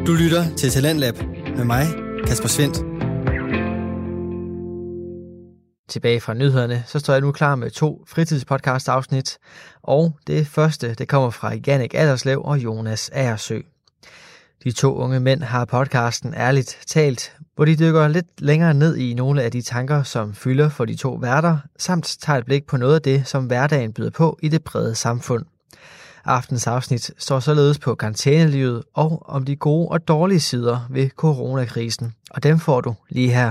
Du lytter til Talentlab med mig, Kasper Svendt. Tilbage fra nyhederne, så står jeg nu klar med 2 fritidspodcast-afsnit, og det første, det kommer fra Jannik Allerslev og Jonas Agersø. De 2 unge mænd har podcasten Ærligt Talt, hvor de dykker lidt længere ned i nogle af de tanker, som fylder for de 2 værter, samt tager et blik på noget af det, som hverdagen byder på i det brede samfund. Aftens afsnit står således på karantænelivet og om de gode og dårlige sider ved coronakrisen, og dem får du lige her.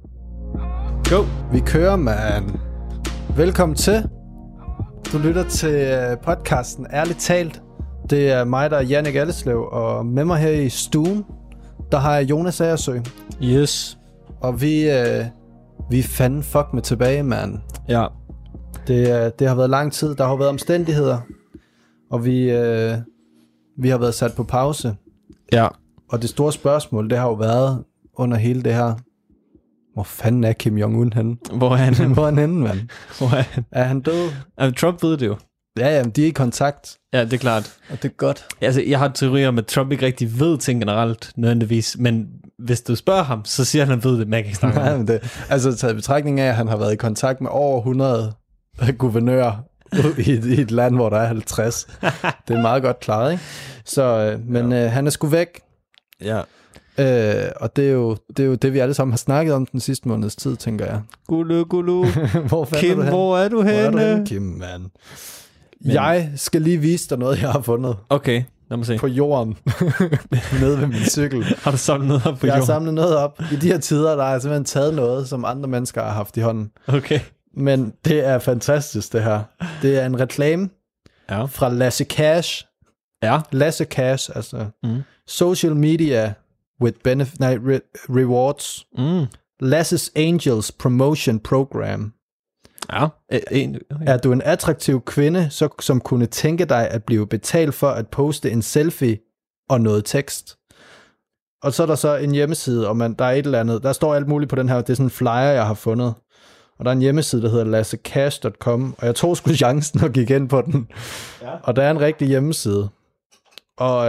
Go! Vi kører, mand. Velkommen til. Du lytter til podcasten Ærligt Talt. Det er mig, der er Jannik Allerslev, og med mig her i stuen, der har jeg Jonas Agersø. Yes. Og vi er fandme fuck med tilbage, mand. Ja. Det har været lang tid. Der har været omstændigheder, og vi har været sat på pause. Ja. Og det store spørgsmål, det har jo været under hele det her. Hvor fanden er Kim Jong-un henne? Hvor er han henne? Hvor er han henne, mand? Hvor er han? Er han død? Trump ved det jo. Ja, de er i kontakt. Ja, det er klart. Og det er godt. Altså, jeg har teorier om, at Trump ikke rigtig ved ting generelt, nødvendigvis. Men hvis du spørger ham, så siger han, at han ved det, men jeg kan ikke snakke om det. Altså, taget betragtning af, at han har været i kontakt med over 100 guvernører i et land, hvor der er 50. Det er meget godt klaret, ikke? Så, men han er sgu væk. Ja. Og det er jo det, vi alle sammen har snakket om den sidste måneds tid, tænker jeg. Gulu. Kim, hvor er du henne? Hvor er du henne, Kim, mand? Jeg skal lige vise dig noget, jeg har fundet. Okay, lad mig se. På jorden. Nede ved min cykel. Har du samlet noget op på jorden? Jeg har samlet noget op. I de her tider, der har jeg simpelthen taget noget, som andre mennesker har haft i hånden. Okay. Men det er fantastisk, det her. Det er en reklame fra Lasse Cash. Ja. Lasse Cash, altså social media with rewards. Lasses Angels Promotion Program. Ja. Er du en attraktiv kvinde, som kunne tænke dig at blive betalt for at poste en selfie og noget tekst? Og så er der så en hjemmeside, og der er et eller andet. Der står alt muligt på den her. Det er sådan en flyer, jeg har fundet. Og der er en hjemmeside, der hedder lassecash.com, og jeg tog sgu chancen og gik ind på den. Ja. Og der er en rigtig hjemmeside. Og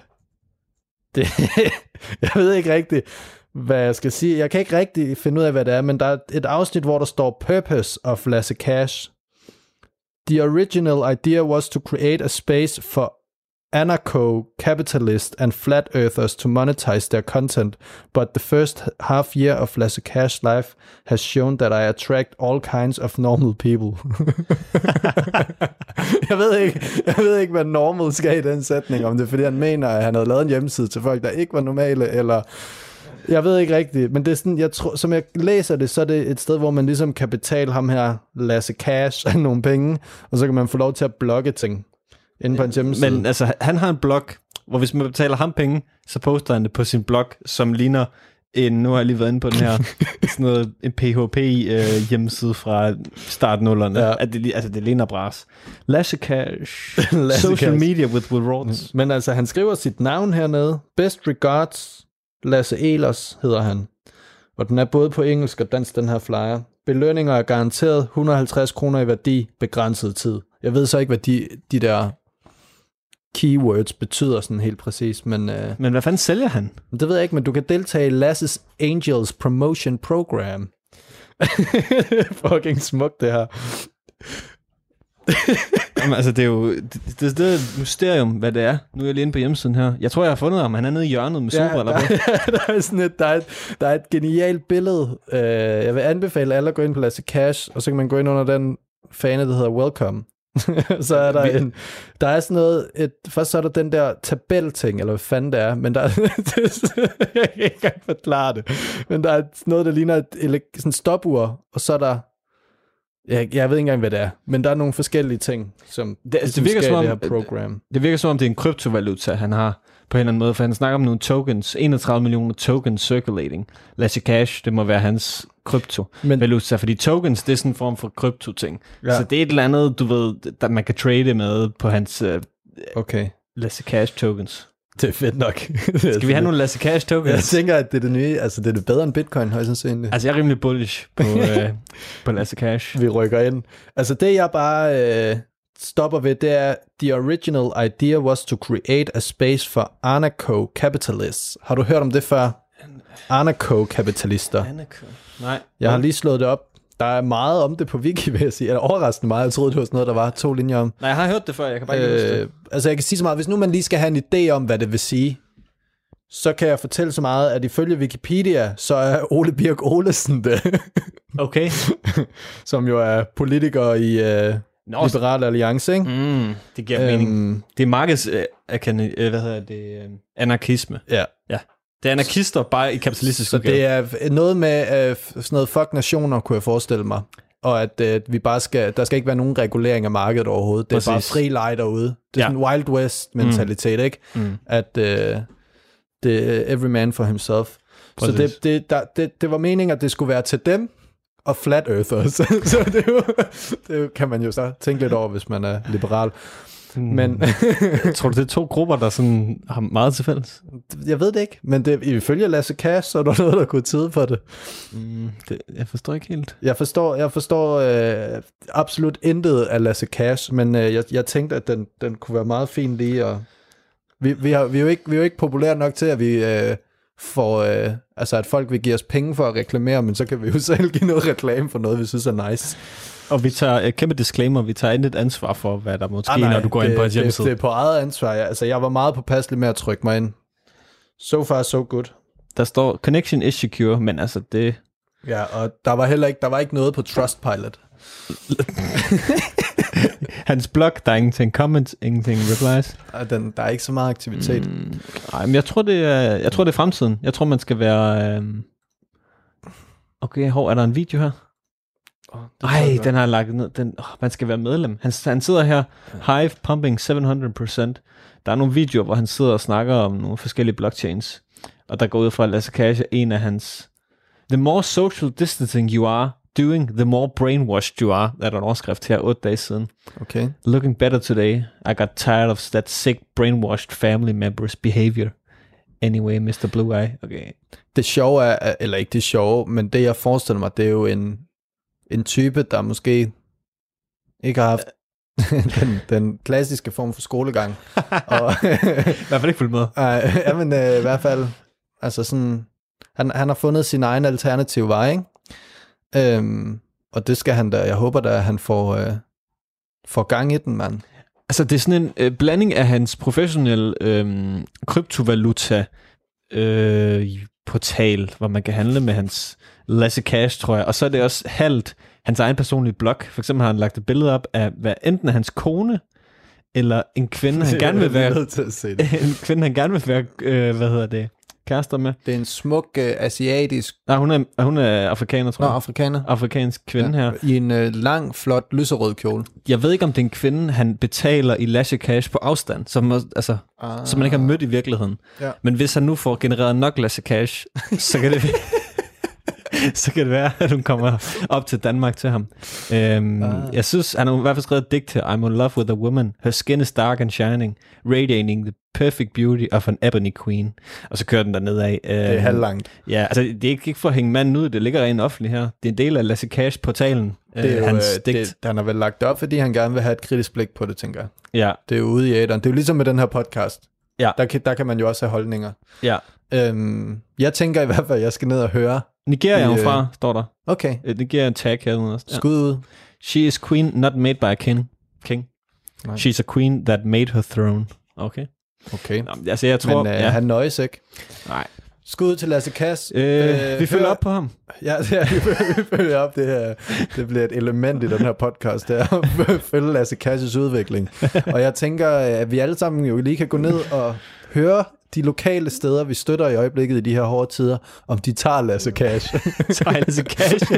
jeg ved ikke rigtigt, hvad jeg skal sige. Jeg kan ikke rigtig finde ud af, hvad det er, men der er et afsnit, hvor der står Purpose of Lasse Cash. The original idea was to create a space for anarcho-capitalists and flat earthers to monetize their content, but the first half year of Lasse Cash life has shown that I attract all kinds of normal people. jeg ved ikke, hvad normal skal i den sætning, om det er, fordi han mener, at han havde lavet en hjemmeside til folk, der ikke var normale, eller jeg ved ikke rigtigt, men det er sådan, jeg tror, som jeg læser det, så er det et sted, hvor man ligesom kan betale ham her, Lasse Cash, af nogle penge, og så kan man få lov til at blogge ting inde på en hjemmeside. Men altså, han har en blog, hvor hvis man betaler ham penge, så poster han det på sin blog, som ligner nu har jeg lige været inde på den her, sådan noget, en PHP hjemmeside fra start 0'erne. Ja. Det ligner bras. Lasse Cash. Social media with rewards. Men altså, han skriver sit navn hernede. Best regards, Lasse Elers hedder han. Og den er både på engelsk og dansk, den her flyer. Belønninger er garanteret 150 kroner i værdi, begrænset tid. Jeg ved så ikke, hvad de der keywords betyder sådan helt præcis, men hvad fanden sælger han? Det ved jeg ikke, men du kan deltage i Lasses Angels Promotion Program. Fucking smukt, det her. Jamen, altså, det er jo det er et mysterium, hvad det er. Nu er jeg lige inde på hjemmesiden her. Jeg tror, jeg har fundet ham. Han er nede i hjørnet med solbriller på. Der er et genialt billede. Jeg vil anbefale alle at gå ind på Lasse Cash, og så kan man gå ind under den fane, der hedder Welcome. Så er der er sådan noget, først så er der den der tabelting, eller hvad fanden det er, men der er, jeg kan ikke engang forklare det, men der er noget, der ligner et sådan stopur, og så er der, jeg ved ikke engang, hvad det er, men der er nogle forskellige ting, som det virker som om, det her program. Det virker som om, det er en kryptovaluta, han har på en eller anden måde, for han snakker om nogle tokens, 31 millioner tokens circulating. Lasse Cash, det må være hans kryptovaluta, fordi tokens, det er sådan en form for krypto-ting. Ja. Så det er et eller andet, du ved, der man kan trade med på hans Lasse Cash tokens. Det er fedt nok. Skal vi have nogle Lasse Cash tokens? Jeg tænker, at det er det nye, altså det er det bedre end Bitcoin, højst sandsynligt. Altså jeg er rimelig bullish på Lasse Cash. Vi rykker ind. Altså det jeg bare stopper ved, det er, the original idea was to create a space for anarcho-capitalists. Har du hørt om det før? Anarcho-kapitalister. Nej. Jeg har lige slået det op. Der er meget om det på Wiki, vil jeg sige. Eller overraskende meget. Jeg troede, det var sådan noget, der var 2 linjer om. Nej, jeg har hørt det før. Jeg kan bare ikke huske det. Altså, jeg kan sige så meget. Hvis nu man lige skal have en idé om, hvad det vil sige, så kan jeg fortælle så meget, at ifølge Wikipedia, så er Ole Birk Olesen det. Okay. Som jo er politiker i Liberal Alliance, ikke? Det giver mening. Det er anarkisme. Ja. Det er anarkister bare i kapitalistisk Så det er noget med sådan noget fuck nationer, kunne jeg forestille mig. Og at vi bare der skal ikke være nogen regulering af markedet overhovedet. Det er bare fri leg derude. Det er sådan en Wild West mentalitet, ikke? At det er every man for himself. Præcis. Så det var meningen, at det skulle være til dem og flat earthers. Så det kan man jo så tænke lidt over, hvis man er liberal. Men tror du, det er 2 grupper, der sådan har meget til fælles? Jeg ved det ikke, men ifølge Lasse Kass, så er der noget, der kunne tyde på det. Jeg forstår ikke helt. Jeg forstår absolut intet af Lasse Kass, men jeg tænkte, at den kunne være meget fin lige. Og vi er jo ikke populære nok til, at vi får, altså at folk vil give os penge for at reklamere, men så kan vi jo selv give noget reklame for noget, vi synes er nice. Og vi tager kæmpe disclaimer, vi tager intet ansvar for, hvad der måske når du går ind på et hjemmeside. Det er på eget ansvar. Jeg var meget påpasselig med at trykke mig ind. So far, so good. Der står, connection is secure, men altså det... Ja, og der var ikke noget på Trustpilot. Hans blog, der er ingenting comments, ingenting replies. Der er ikke så meget aktivitet. Nej, men jeg tror, det er fremtiden. Jeg tror, man skal være... Okay, er der en video her? Den har lagt ned. Man skal være medlem. Han sidder her, Hive pumping 700%. Der er nogle videoer, hvor han sidder og snakker om nogle forskellige blockchains. Og der går ud fra Lasse Kass, en af hans... The more social distancing you are doing, the more brainwashed you are. Der er der en overskrift her 8 dage siden. Okay. Looking better today. I got tired of that sick, brainwashed family members' behavior. Anyway, Mr. Blue Eye. Okay. Det sjove er, eller ikke det sjove, men det jeg forestiller mig, det er jo en type, der måske ikke har haft den klassiske form for skolegang. Og i hvert fald ikke fulgt med. Ja, men i hvert fald, altså sådan, han har fundet sin egen alternative vej, ikke? Og det skal han da, jeg håber da, at han får gang i den, mand. Altså, det er sådan en blanding af hans professionelle kryptovaluta portal, hvor man kan handle med hans Lasse Kass, tror jeg. Og så er det også halvt hans egen personlige blog. For eksempel har han lagt et billede op af, hvad enten hans kone, eller en kvinde, han gerne vil være... En kvinde, han gerne vil være, kærester med. Det er en smuk asiatisk... Nej, hun er afrikaner, tror jeg. Afrikaner. Afrikansk kvinde her. I en lang, flot, lyserød kjole. Jeg ved ikke, om det er en kvinde, han betaler i Lasse Kass på afstand, som man ikke har mødt i virkeligheden. Ja. Men hvis han nu får genereret nok Lasse Kass, så kan det... så kan det være, at hun kommer op til Danmark til ham. Jeg synes, han har i hvert fald skrevet et digt til I'm in love with a woman. Her skin is dark and shining, radiating the perfect beauty of an ebony queen. Og så kører den dernede af. Det er halvlangt. Ja, altså det er ikke for at hænge manden ud, det ligger rent offentligt her. Det er en del af Lasse Kass-portalen. Det er hans digt. Han har vel lagt op, fordi han gerne vil have et kritisk blik på det, tænker jeg. Ja. Det er jo ude i æderen. Det er jo ligesom med den her podcast. Ja. Der kan man jo også have holdninger. Ja. Jeg tænker i hvert fald, at jeg skal ned og høre. Nigeria er hun fra, står der. Okay. Nigeria tag her. Ja. Skud ud. She is queen not made by a king. Nej. She's a queen that made her throne. Okay. Nå, altså jeg tror... Men han nøjes ikke. Nej. Skud til Lasse Kass. Vi følger op på ham. Ja, vi følger op. Det bliver et element i den her podcast, det er at følge Lasse Kass' udvikling. Og jeg tænker, at vi alle sammen jo lige kan gå ned og høre de lokale steder, vi støtter i øjeblikket i de her hårde tider, om de tager Lasse Kass. Tager Lasse Kass,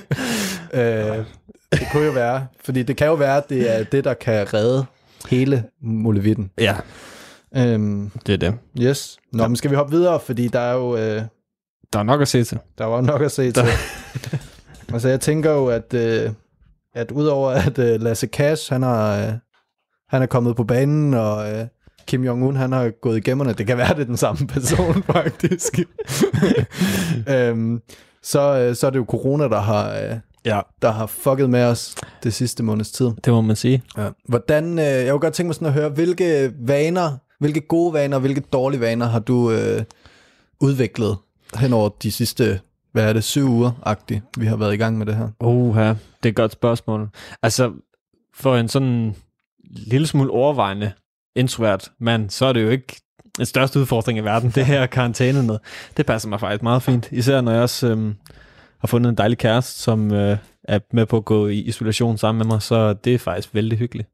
det kunne jo være, fordi det kan jo være, at det er det, der kan redde hele Molevitten. Ja. Det er det. Yes. Nå, men skal vi hoppe videre, fordi der er jo... der er nok at se til. Der var nok at se til. Altså, jeg tænker jo, at udover at Lasse Kass, han er kommet på banen, og Kim Jong-un, han har gået i gemmerne. Det kan være, det er den samme person, faktisk. Så er det jo corona, der har der har fucket med os det sidste måneds tid. Det må man sige. Ja. Hvordan, jeg kunne godt tænke mig sådan at høre, hvilke gode vaner, hvilke dårlige vaner har du udviklet hen over de sidste, 7 uger-agtigt, vi har været i gang med det her? Ja, det er et godt spørgsmål. Altså, for en sådan lille smule overvejende introvert mand, så er det jo ikke den største udfordring i verden, det her karantæne noget. Det passer mig faktisk meget fint, især når jeg også har fundet en dejlig kæreste, som er med på at gå i isolation sammen med mig, så det er faktisk vældig hyggeligt.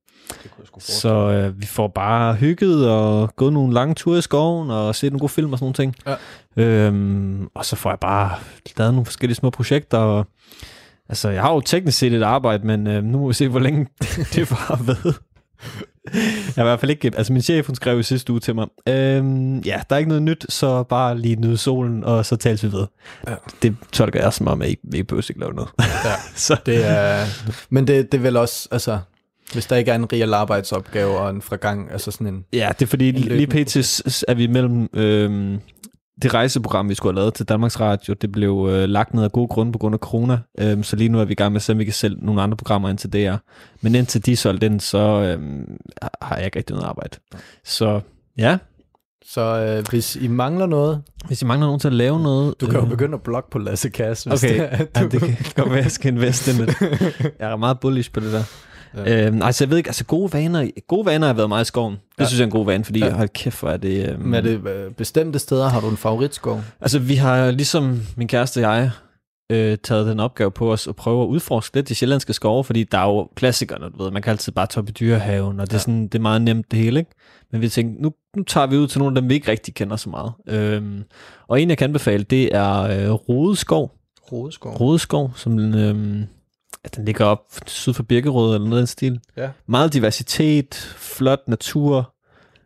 Så vi får bare hygget og gået nogle lange ture i skoven og set nogle gode film og sådan nogle ting. Ja. Og så får jeg bare lavet nogle forskellige små projekter. Og, altså, jeg har jo teknisk set et arbejde, men nu må vi se, hvor længe det var ved. Jeg har i hvert fald ikke... Altså, min chef, hun skrev i sidste uge til mig, der er ikke noget nyt, så bare lige nyde solen, og så tales vi ved. Ja. Det tolker jeg som om, at I ikke behøver ikke lave noget. Ja, så. Det er... Men det er vel også... Altså, hvis der ikke er en reel arbejdsopgave og en fragang, altså sådan en... Ja, det er fordi lige pt. Er vi mellem det rejseprogram, vi skulle have lavet til Danmarks Radio, det blev lagt ned af gode grunde på grund af corona, så lige nu er vi i gang med at se, om vi kan sælge nogle andre programmer ind til DR. Men indtil de solgte den, så har jeg ikke rigtig noget arbejde. Så ja. Så hvis I mangler noget... Hvis I mangler nogen til at lave noget... Du kan jo begynde at blogge på Lasse Kass. Okay, det kan godt være, jeg skal investe lidt. Jeg er meget bullish på det der. Ja. Altså jeg ved ikke, altså gode vaner har været meget i skoven. Det synes jeg er en god vane, fordi hold kæft, hvor er det... Men er det bestemte steder, har du en favoritskov? Altså vi har ligesom min kæreste og jeg taget den opgave på os at prøve at udforske lidt de sjællandske skove, fordi der er jo klassikerne, du ved, man kan altid bare toppe i Dyrehaven, og det er sådan, det er meget nemt det hele, ikke? Men vi tænkte, nu tager vi ud til nogle af dem, vi ikke rigtig kender så meget. Og en jeg kan anbefale, det er Rodeskov. Rodeskov, som den ligger op syd for Birkerød eller noget af den stil. Ja. Meget diversitet, flot natur.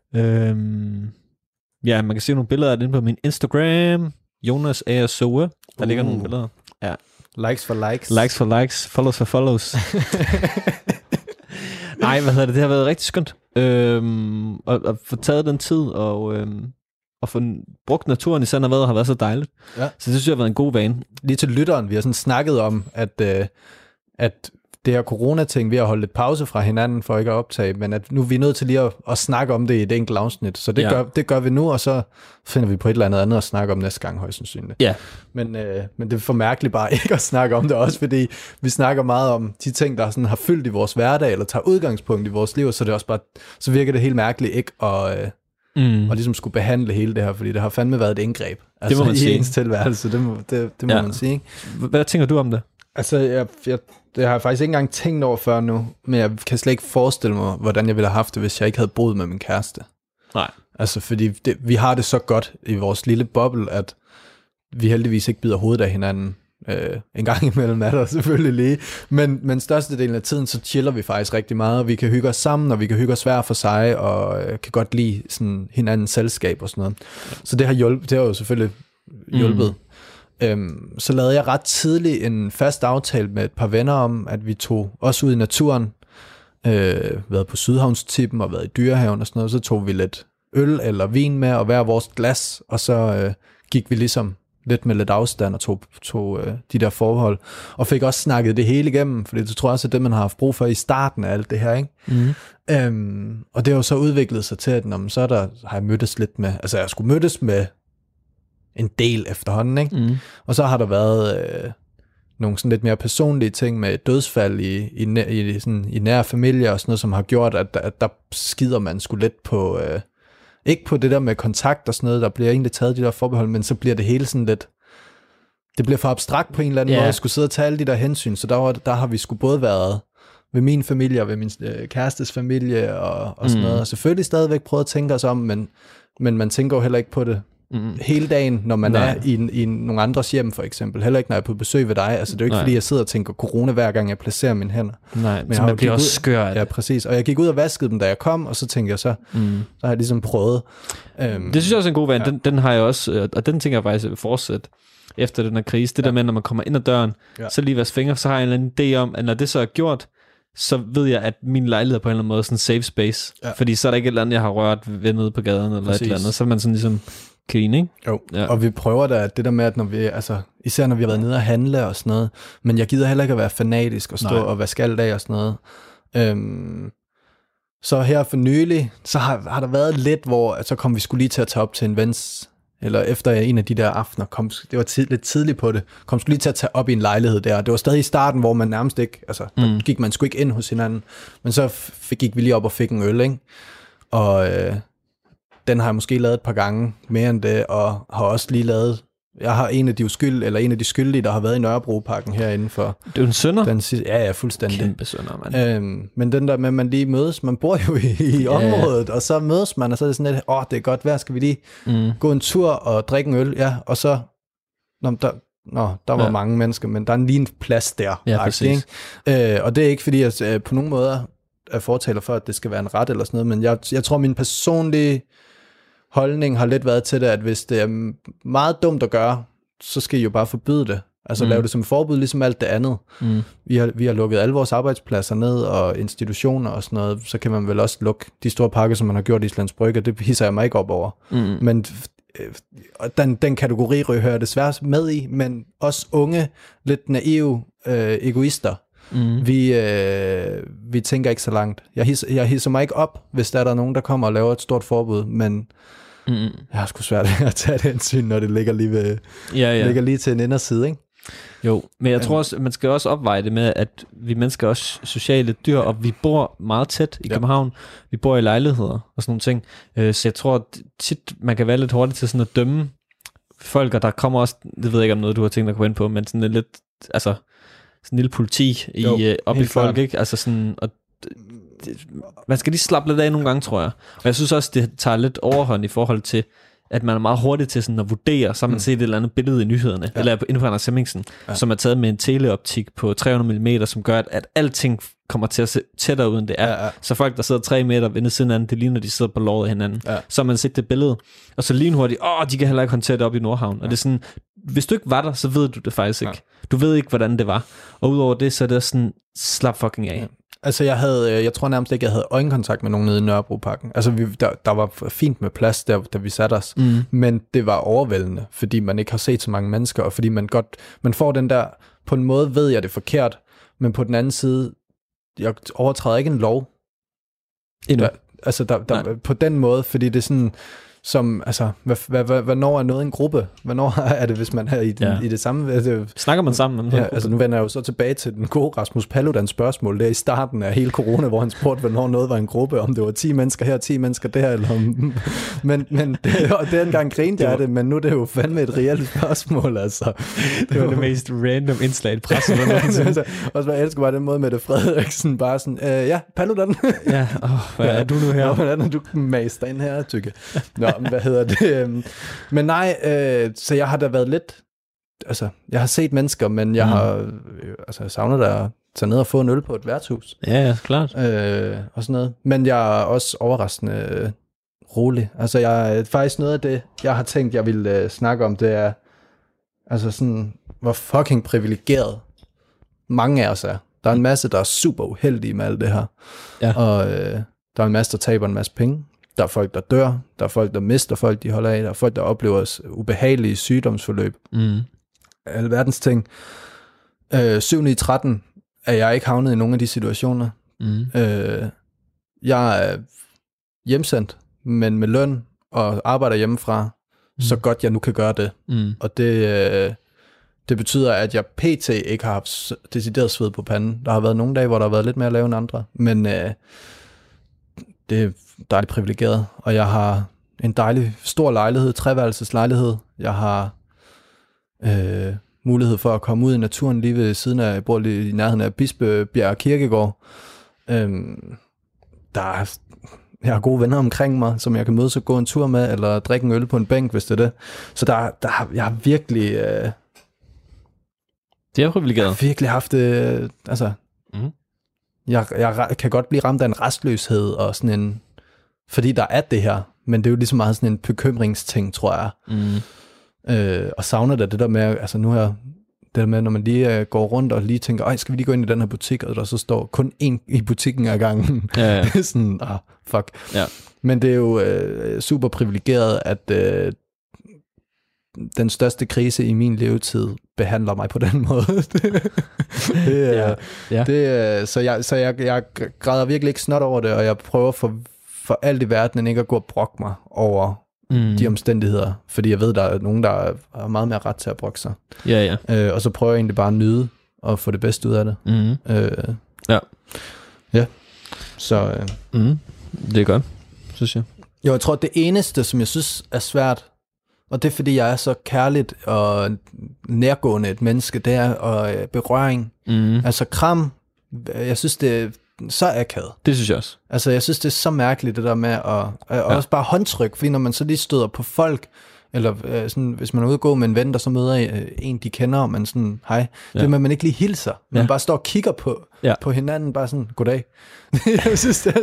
Man kan se nogle billeder af det på min Instagram, Jonas Agersoe. Der ligger nogle billeder. Ja. Likes for likes. Likes for likes. Follows for follows. Nej, det har været rigtig skønt. At få taget den tid og få brugt naturen i sand og vejr har været så dejligt. Ja. Så det synes jeg har været en god vane. Lige til lytteren, vi har sådan snakket om, at det her corona-ting, vi har holdt lidt pause fra hinanden for ikke at optage, men at nu er vi nødt til lige at snakke om det i et enkelt afsnit. Så det gør vi nu, og så finder vi på et eller andet at snakke om næste gang, højst sandsynligt. Ja. Men det er for mærkeligt bare ikke at snakke om det også, fordi vi snakker meget om de ting, der sådan har fyldt i vores hverdag, eller tager udgangspunkt i vores liv, så det er også bare, så virker det helt mærkeligt ikke at ligesom skulle behandle hele det her, fordi det har fandme været et indgreb. Altså, det må man sige. I ens tilværelse, det må man sige. Hvad tænker du om det? Altså, det har jeg faktisk ikke engang tænkt over før nu, men jeg kan slet ikke forestille mig, hvordan jeg ville have haft det, hvis jeg ikke havde boet med min kæreste. Nej. Altså, fordi vi har det så godt i vores lille boble, at vi heldigvis ikke bider hovedet af hinanden. En gang imellem er der selvfølgelig lige, men størstedelen af tiden, så chiller vi faktisk rigtig meget, og vi kan hygge os sammen, og vi kan hygge os hver for sig, og kan godt lide sådan hinandens selskab og sådan noget. Så det har jo selvfølgelig hjulpet. Så lavede jeg ret tidligt en fast aftale med et par venner om, at vi tog også ud i naturen, været på Sydhavnstippen og været i Dyrehaven og sådan noget, så tog vi lidt øl eller vin med og hver vores glas, og så gik vi ligesom lidt med lidt afstand og tog de der forhold, og fik også snakket det hele igennem, fordi det tror jeg også er det, man har haft brug for i starten af alt det her, ikke? Og det har jo så udviklet sig til, at har jeg mødtes lidt med, altså jeg skulle mødtes med en del efterhånden, ikke? Og så har der været nogle sådan lidt mere personlige ting med et dødsfald i nær familie og sådan noget, som har gjort, at der skider man sgu lidt på, ikke på det der med kontakt og sådan noget, der bliver egentlig taget de der forbehold, men så bliver det hele sådan lidt, det bliver for abstrakt på en eller anden måde, at skulle sidde og tage alle de der hensyn, så der har vi sgu både været ved min familie og ved min kærestes familie og sådan noget, og selvfølgelig stadigvæk prøvet at tænke os om, men man tænker jo heller ikke på det hele dagen, når man er i nogle andres hjem, for eksempel. Heller ikke, når jeg er på besøg ved dig. Altså, det er jo ikke, fordi jeg sidder og tænker corona, hver gang jeg placerer mine hænder. Nej, men man bliver også skør af det. Ja, præcis. Og jeg gik ud og vaskede dem, da jeg kom, og så tænkte jeg så har jeg ligesom prøvet. Det synes jeg også er en god vane. Ja. Den har jeg også, og den tænker jeg faktisk at fortsætte efter den her krise. Det der med, når man kommer ind ad døren, så lige vaske fingre, så har jeg en eller anden idé om, at når det så er gjort, så ved jeg, at min lejlighed er på en eller anden måde sådan en safe space. Ja. Fordi så er der ikke et eller andet, jeg har rørt ved nede på gaden, eller et eller andet. Så er man sådan ligesom clean, ikke? Jo, og vi prøver da det der med, at når vi, altså, især når vi har været nede og handle og sådan noget, men jeg gider heller ikke at være fanatisk og stå og være skaldt af og sådan noget. Så her for nylig, så har der været lidt, hvor så kom vi skulle lige til at tage op til en vens, eller efter en af de der aftener, det var lidt tidligt på det, kom skulle lige til at tage op i en lejlighed der. Det var stadig i starten, hvor man nærmest ikke, altså der gik man sgu ikke ind hos hinanden, men så gik vi lige op og fik en øl, ikke? Og den har jeg måske lavet et par gange mere end det, og har også lige lavet, jeg har en af de skyldige, der har været i Nørrebroparken herinde for. Det er en sønder? Ja, fuldstændig. Kæmpe sønder, mand. Men den der med, at man lige mødes, man bor jo i området, og så mødes man, og så er det sådan lidt, det er godt vejr, skal vi lige gå en tur og drikke en øl, ja, og så, der var mange mennesker, men der er lige en plads der. Ja, præcis. Ikke? Og det er ikke fordi, jeg på nogen måder er fortaler for, at det skal være en ret eller sådan noget, men jeg tror, min personlige holdning har lidt været til det, at hvis det er meget dumt at gøre, så skal I jo bare forbyde det. Altså lave det som forbud, ligesom alt det andet. Vi har lukket alle vores arbejdspladser ned, og institutioner og sådan noget, så kan man vel også lukke de store parker, som man har gjort i Islands Brygge, det hisser jeg mig ikke op over. Men den kategori hører jeg desværre med i, men også unge, lidt naive egoister, vi tænker ikke så langt. Jeg hisser mig ikke op, hvis der er nogen, der kommer og laver et stort forbud, men jeg har sgu svært at tage det hensyn, når det ligger lige ved, ligger lige til en inderside, ikke? Jo, men jeg tror også, man skal også opveje det med, at vi mennesker er også sociale dyr, og vi bor meget tæt i København. Vi bor i lejligheder og sådan nogle ting. Så jeg tror, at tit man kan være lidt hurtigt til sådan at dømme folk, og der kommer også, det ved jeg ikke om noget, du har tænkt dig at gå ind på, men sådan lidt, altså sådan en lille politi op i folk, klart. Ikke? Altså sådan, og man skal lige slappe lidt af nogle gange, tror jeg. Og jeg synes også, det tager lidt overhånd i forhold til, at man er meget hurtig til sådan at vurdere, så har man set et eller andet billede i nyhederne, eller inden for Anders Hemmingsen, som er taget med en teleoptik på 300 mm, som gør, at alting kommer til at se tættere ud, end det er. Så folk, der sidder 3 meter ved siden af hinanden, det ligner, de sidder på låret af hinanden. Så har man set det billede, og så lige hurtigt, de kan heller ikke håndtere det op i Nordhavn. Og det er sådan, hvis du ikke var der, så ved du det faktisk ikke. Du ved ikke, hvordan det var. Og udover det, så er det sådan, slap fucking af. Altså jeg tror nærmest ikke, jeg havde øjenkontakt med nogen nede i Nørrebroparken. Altså der var fint med plads, da vi satte os, men det var overvældende, fordi man ikke har set så mange mennesker, og fordi man får den der, på en måde ved jeg det forkert, men på den anden side, jeg overtræder ikke en lov. På den måde, fordi det er sådan, som, altså, hvornår er noget en gruppe? Hvornår er det, hvis man er i det samme? Snakker man sammen? Altså nu vender jeg jo så tilbage til den gode Rasmus Paludans spørgsmål, der i starten af hele corona, hvor han spurgte, hvornår noget var en gruppe, om det var 10 mennesker her, 10 mennesker der, eller om... men dengang grinede jeg det, men nu er det jo fandme et reelt spørgsmål, altså. Det var det mest random indslag i pressen. Og så jeg elsker bare den måde med det Frederiksen, bare sådan, Paludan. Hvad er du nu her? Hvordan er du master ind her, tykke? Nå, hvad hedder det? Men nej, så jeg har da været lidt, altså, jeg har set mennesker, men jeg har, jeg savner da at tage ned og få en øl på et værtshus. Ja, klart. Og sådan noget. Men jeg er også overraskende rolig. Altså, faktisk noget af det, jeg har tænkt, jeg ville snakke om, det er, altså sådan, hvor fucking privilegeret mange af os er. Der er en masse, der er super uheldige med alt det her. Ja. Og der er en masse, der taber en masse penge. Der er folk, der dør. Der er folk, der mister folk, de holder af. Der er folk, der oplever ubehagelige sygdomsforløb. Alle verdens ting. 7-13 er jeg ikke havnet i nogle af de situationer. Jeg er hjemsendt, men med løn og arbejder hjemmefra, så godt jeg nu kan gøre det. Og det betyder, at jeg pt. Ikke har haft decideret sved på panden. Der har været nogle dage, hvor der har været lidt mere at lave end andre. Men det er dejligt privilegeret. Og jeg har en dejlig stor lejlighed, 3-værelseslejlighed. Jeg har mulighed for at komme ud i naturen lige ved siden af, jeg bor lige i nærheden af Bispebjerg Kirkegård. Jeg har gode venner omkring mig, som jeg kan mødes og gå en tur med, eller drikke en øl på en bænk, hvis det er det. Så jeg har virkelig... Det er privilegeret. Jeg har virkelig haft det... Jeg kan godt blive ramt af en restløshed, og sådan en... Fordi der er det her, men det er jo lige så meget sådan en bekymringsting, tror jeg. Og savner det der med, altså nu her, det der med, når man lige går rundt og lige tænker, skal vi lige gå ind i den her butik, og der så står kun én i butikken ad gangen. Ja. sådan, fuck. Ja. Men det er jo super privilegeret, at den største krise i min levetid behandler mig på den måde. Så jeg græder virkelig ikke snot over det, og jeg prøver for alt i verden ikke at gå og brokke mig over de omstændigheder, fordi jeg ved, der er nogen, der har meget mere ret til at brokke sig. Og så prøver jeg egentlig bare at nyde og få det bedste ud af det. Så det er godt, synes jeg. Jo, jeg tror, at det eneste, som jeg synes er svært, og det er, fordi jeg er så kærligt og nærgående et menneske, det er berøring. Altså kram, jeg synes, det er så akavet. Det synes jeg også. Altså, jeg synes, det er så mærkeligt, det der med at også bare håndtryk, fordi når man så lige støder på folk, eller sådan, hvis man er ude og gå med en ven, der så møder en, de kender, og man sådan, hej, det med, man ikke lige hilser. Man bare står og kigger på hinanden, bare sådan, goddag. Jeg synes, det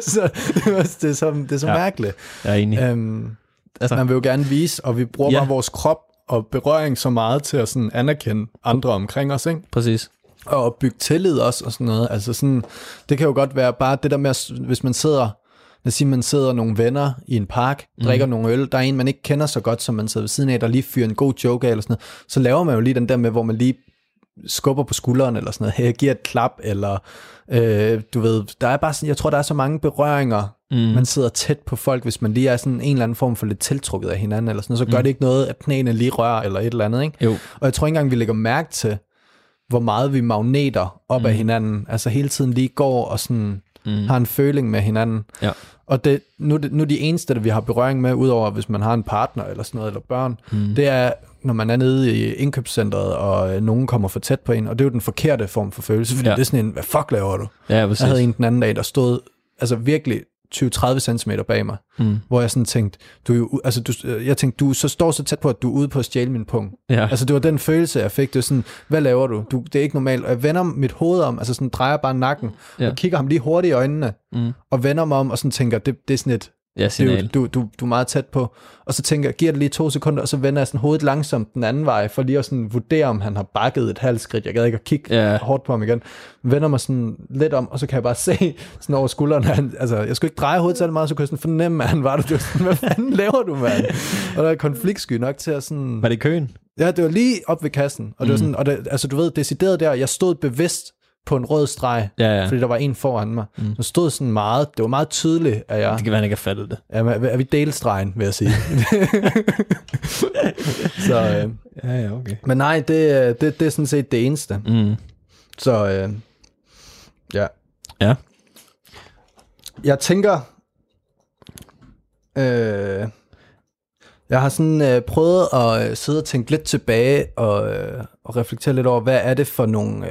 er så mærkeligt. Jeg er enig. Altså, man vil jo gerne vise, og vi bruger bare vores krop og berøring så meget til at sådan anerkende andre omkring os, ikke? Præcis. Og bygge tillid også, og sådan noget. Altså sådan, det kan jo godt være bare det der med, hvis man sidder nogle venner i en park, drikker nogle øl, der er en, man ikke kender så godt, som man sidder ved siden af, der lige fyrer en god joke af, eller sådan noget, så laver man jo lige den der med, hvor man lige skubber på skulderen, eller sådan noget, hey, giver et klap, eller du ved, der er bare sådan, jeg tror, der er så mange berøringer, man sidder tæt på folk, hvis man lige er sådan en eller anden form for lidt tiltrukket af hinanden, eller sådan noget, så gør det ikke noget, at knæene lige rører, eller et eller andet, ikke? Jo. Og jeg tror ikke engang, vi lægger mærke til, hvor meget vi magneter op af hinanden, altså hele tiden lige går og sådan har en føling med hinanden. Ja. Og nu de eneste, der vi har berøring med, udover hvis man har en partner eller sådan noget, eller børn, det er, når man er nede i indkøbscentret, og nogen kommer for tæt på en, og det er jo den forkerte form for følelse, fordi det er sådan en, hvad fuck laver du? Ja, præcis. Jeg havde en den anden dag, der stod altså virkelig 20-30 centimeter bag mig, hvor jeg sådan tænkte, du så står så tæt på, at du er ude på at stjæle min pung. Ja. Altså det var den følelse, jeg fik. Det var sådan, hvad laver du? Det er ikke normalt. Og jeg vender mit hoved om, altså sådan drejer bare nakken, og kigger ham lige hurtigt i øjnene, og vender mig om, og sådan tænker, det er sådan et, du er meget tæt på. Og så tænker jeg, giver det lige 2 sekunder, og så vender jeg sådan hovedet langsomt den anden vej, for lige at sådan vurdere, om han har bakket et halvt skridt. Jeg gad ikke at kigge hårdt på ham igen. Vender mig sådan lidt om, og så kan jeg bare se sådan over skulderen. Altså, jeg skulle ikke dreje hovedet så meget, så kunne jeg sådan fornemme, at han var der. Det var sådan, hvad fanden laver du, mand? Og der er konfliktsky nok til at sådan... Var det køen? Ja, det var lige op ved kassen. Og det var sådan, og det, altså du ved, decideret der, jeg stod bevidst på en rød streg, fordi der var en foran mig. Så stod sådan meget, det var meget tydeligt, at jeg... Det kan være, han ikke har fattet det. Ja, er vi delstregen, vil jeg sige. Så, ja, okay. Men nej, det er sådan set det eneste. Så, ja. Ja. Jeg tænker... jeg har sådan prøvet at sidde og tænke lidt tilbage, og reflektere lidt over, hvad er det for nogle...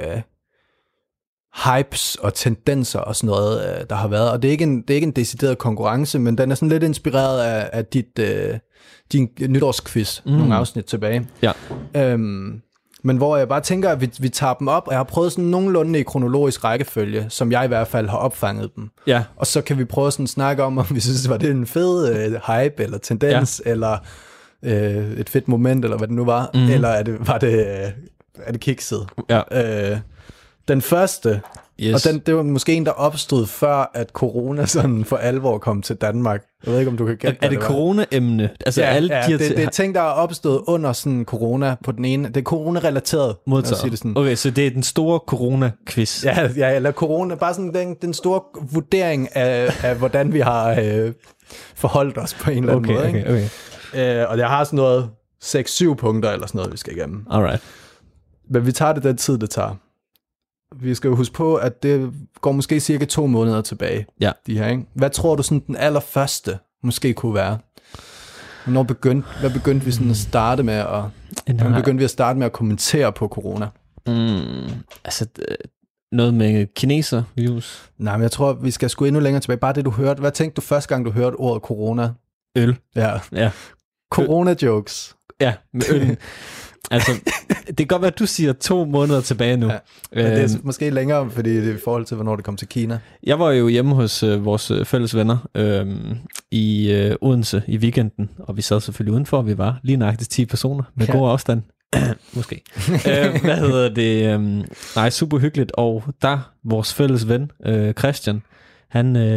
hypes og tendenser og sådan noget, der har været. Og det er ikke en decideret konkurrence, men den er sådan lidt inspireret af din nytårsquiz, nogle afsnit tilbage. Ja. Men hvor jeg bare tænker, at vi tager dem op, og jeg har prøvet sådan nogenlunde i kronologisk rækkefølge, som jeg i hvert fald har opfanget dem. Ja. Og så kan vi prøve sådan at snakke om vi synes, var det en fed hype, eller tendens, eller et fedt moment, eller hvad det nu var, eller er det kikset? Ja. Den første, og det var måske en, der opstod før, at corona sådan for alvor kom til Danmark. Jeg ved ikke, om du kan gætte, er det corona-emne? Altså, det er ting, der er opstået under sådan corona på den ene. Det er corona-relateret. Sådan. Okay, så det er den store corona-quiz. Ja, eller corona. Bare sådan den store vurdering af hvordan vi har forholdt os på en eller anden måde. Okay. Og jeg har sådan noget 6-7 punkter eller sådan noget, vi skal igennem. Alright. Men vi tager det den tid, det tager. Vi skal jo huske på, at det går måske cirka 2 måneder tilbage. Ja. De her, ikke? Hvad tror du sådan den allerførste måske kunne være? Hvad begyndte vi sådan at starte med at kommentere på corona? Altså noget med kineservirus? Nej, men jeg tror, vi skal sgu endnu længere tilbage. Bare det, du hørte. Hvad tænkte du første gang, du hørte ordet corona? Øl. Ja. Corona-jokes. Ja, med øl. Altså, det kan godt være, at du siger 2 måneder tilbage nu. Ja, det er måske længere, fordi det er i forhold til, hvornår det kom til Kina. Jeg var jo hjemme hos vores fælles venner i Odense i weekenden, og vi sad selvfølgelig udenfor, vi var lige nøjagtigt 10 personer med god afstand. Måske. Hvad hedder det? Super hyggeligt, og der vores fælles ven, Christian, han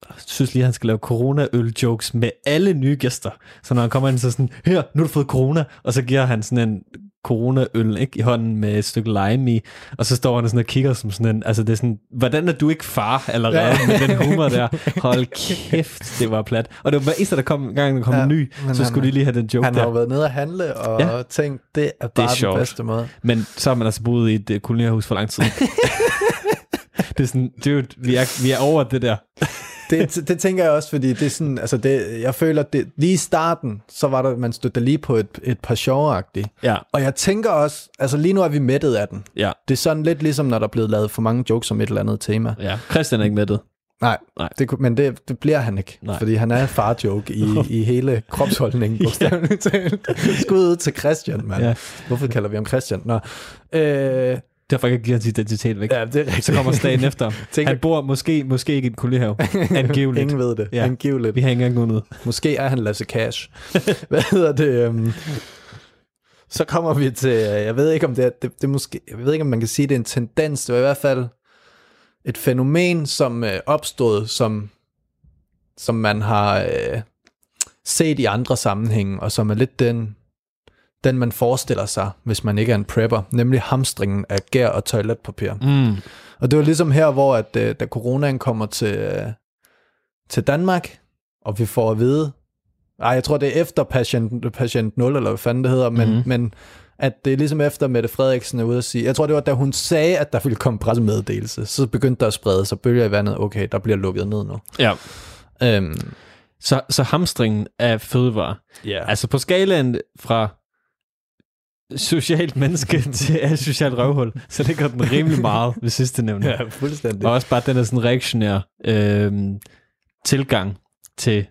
synes lige, han skal lave corona-øl-jokes med alle nye gæster. Så når han kommer ind, så sådan, her, nu har du fået corona, og så giver han sådan en corona-øl, ikke, i hånden med et stykke lime i, og så står han sådan og kigger som sådan en, altså det er sådan, hvordan er du ikke far allerede med den humor der? Hold kæft, det var plat. Og det var bare eneste, der kom en ny, så skulle de lige have den joke der. Han har jo været nede og handle, og tænkt, det er bare den bedste måde. Men så har man altså boet i et kolonierhus for lang tid. Det er sådan, dude, vi er over det der. Det tænker jeg også, fordi det er sådan, altså jeg føler, det lige i starten, så var der, man stødte lige på et par sjovagtigt. Ja. Og jeg tænker også, altså lige nu er vi mættet af den. Ja. Det er sådan lidt ligesom, når der er blevet lavet for mange jokes om et eller andet tema. Ja, Christian er ikke mættet. Nej. Men det bliver han ikke, fordi han er en far-joke i hele kropsholdningen. Skud ud til Christian, mand. Ja. Hvorfor kalder vi ham Christian? Nå. Derfor kan give hans identitet væk. Ja, det er rigtigt. Så kommer stagen efter. Han bor måske ikke i et kolonihave. Angiveligt. Ingen ved det. Ja. Angiveligt. Vi har ikke engang noget. Måske er han Lasse Cash. Hvad hedder det? Så kommer vi til, jeg ved ikke om det måske, jeg ved ikke om man kan sige det er en tendens. Det var i hvert fald et fænomen, som opstod, som man har set i andre sammenhænge, og som er lidt den man forestiller sig, hvis man ikke er en prepper, nemlig hamstringen af gær og toiletpapir. Mm. Og det var ligesom her, hvor at, da coronaen kommer til Danmark, og vi får at vide, jeg tror det er efter patient 0, eller hvad fanden det hedder, men at det er ligesom efter Mette Frederiksen er ude at sige, jeg tror det var da hun sagde, at der ville komme pressemeddelelse, så begyndte der at sprede sig bølger i vandet, okay, der bliver lukket ned nu. Ja. Så hamstringen af fødevarer. Yeah. Altså på skalaen fra socialt menneske til socialt røvhul, så det gør den rimelig meget ved sidste nævne. Ja, fuldstændig. Og også bare den er sådan reaktionær tilgang til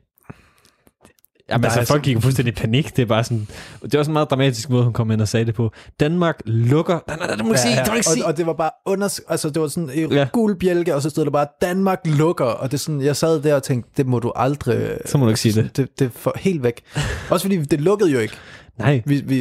jamen, altså folk gik fuldstændig i panik. Det er bare sådan, det var også en meget dramatisk måde, hun kom ind og sagde det på. Danmark lukker. Det må ikke sige. Og det var bare altså det var sådan en gul bjælke, og så stod der bare, Danmark lukker. Og det er sådan, jeg sad der og tænkte, det må du aldrig. Så må du ikke sige det. Det er for helt væk. Også fordi det lukkede jo ikke. Nej.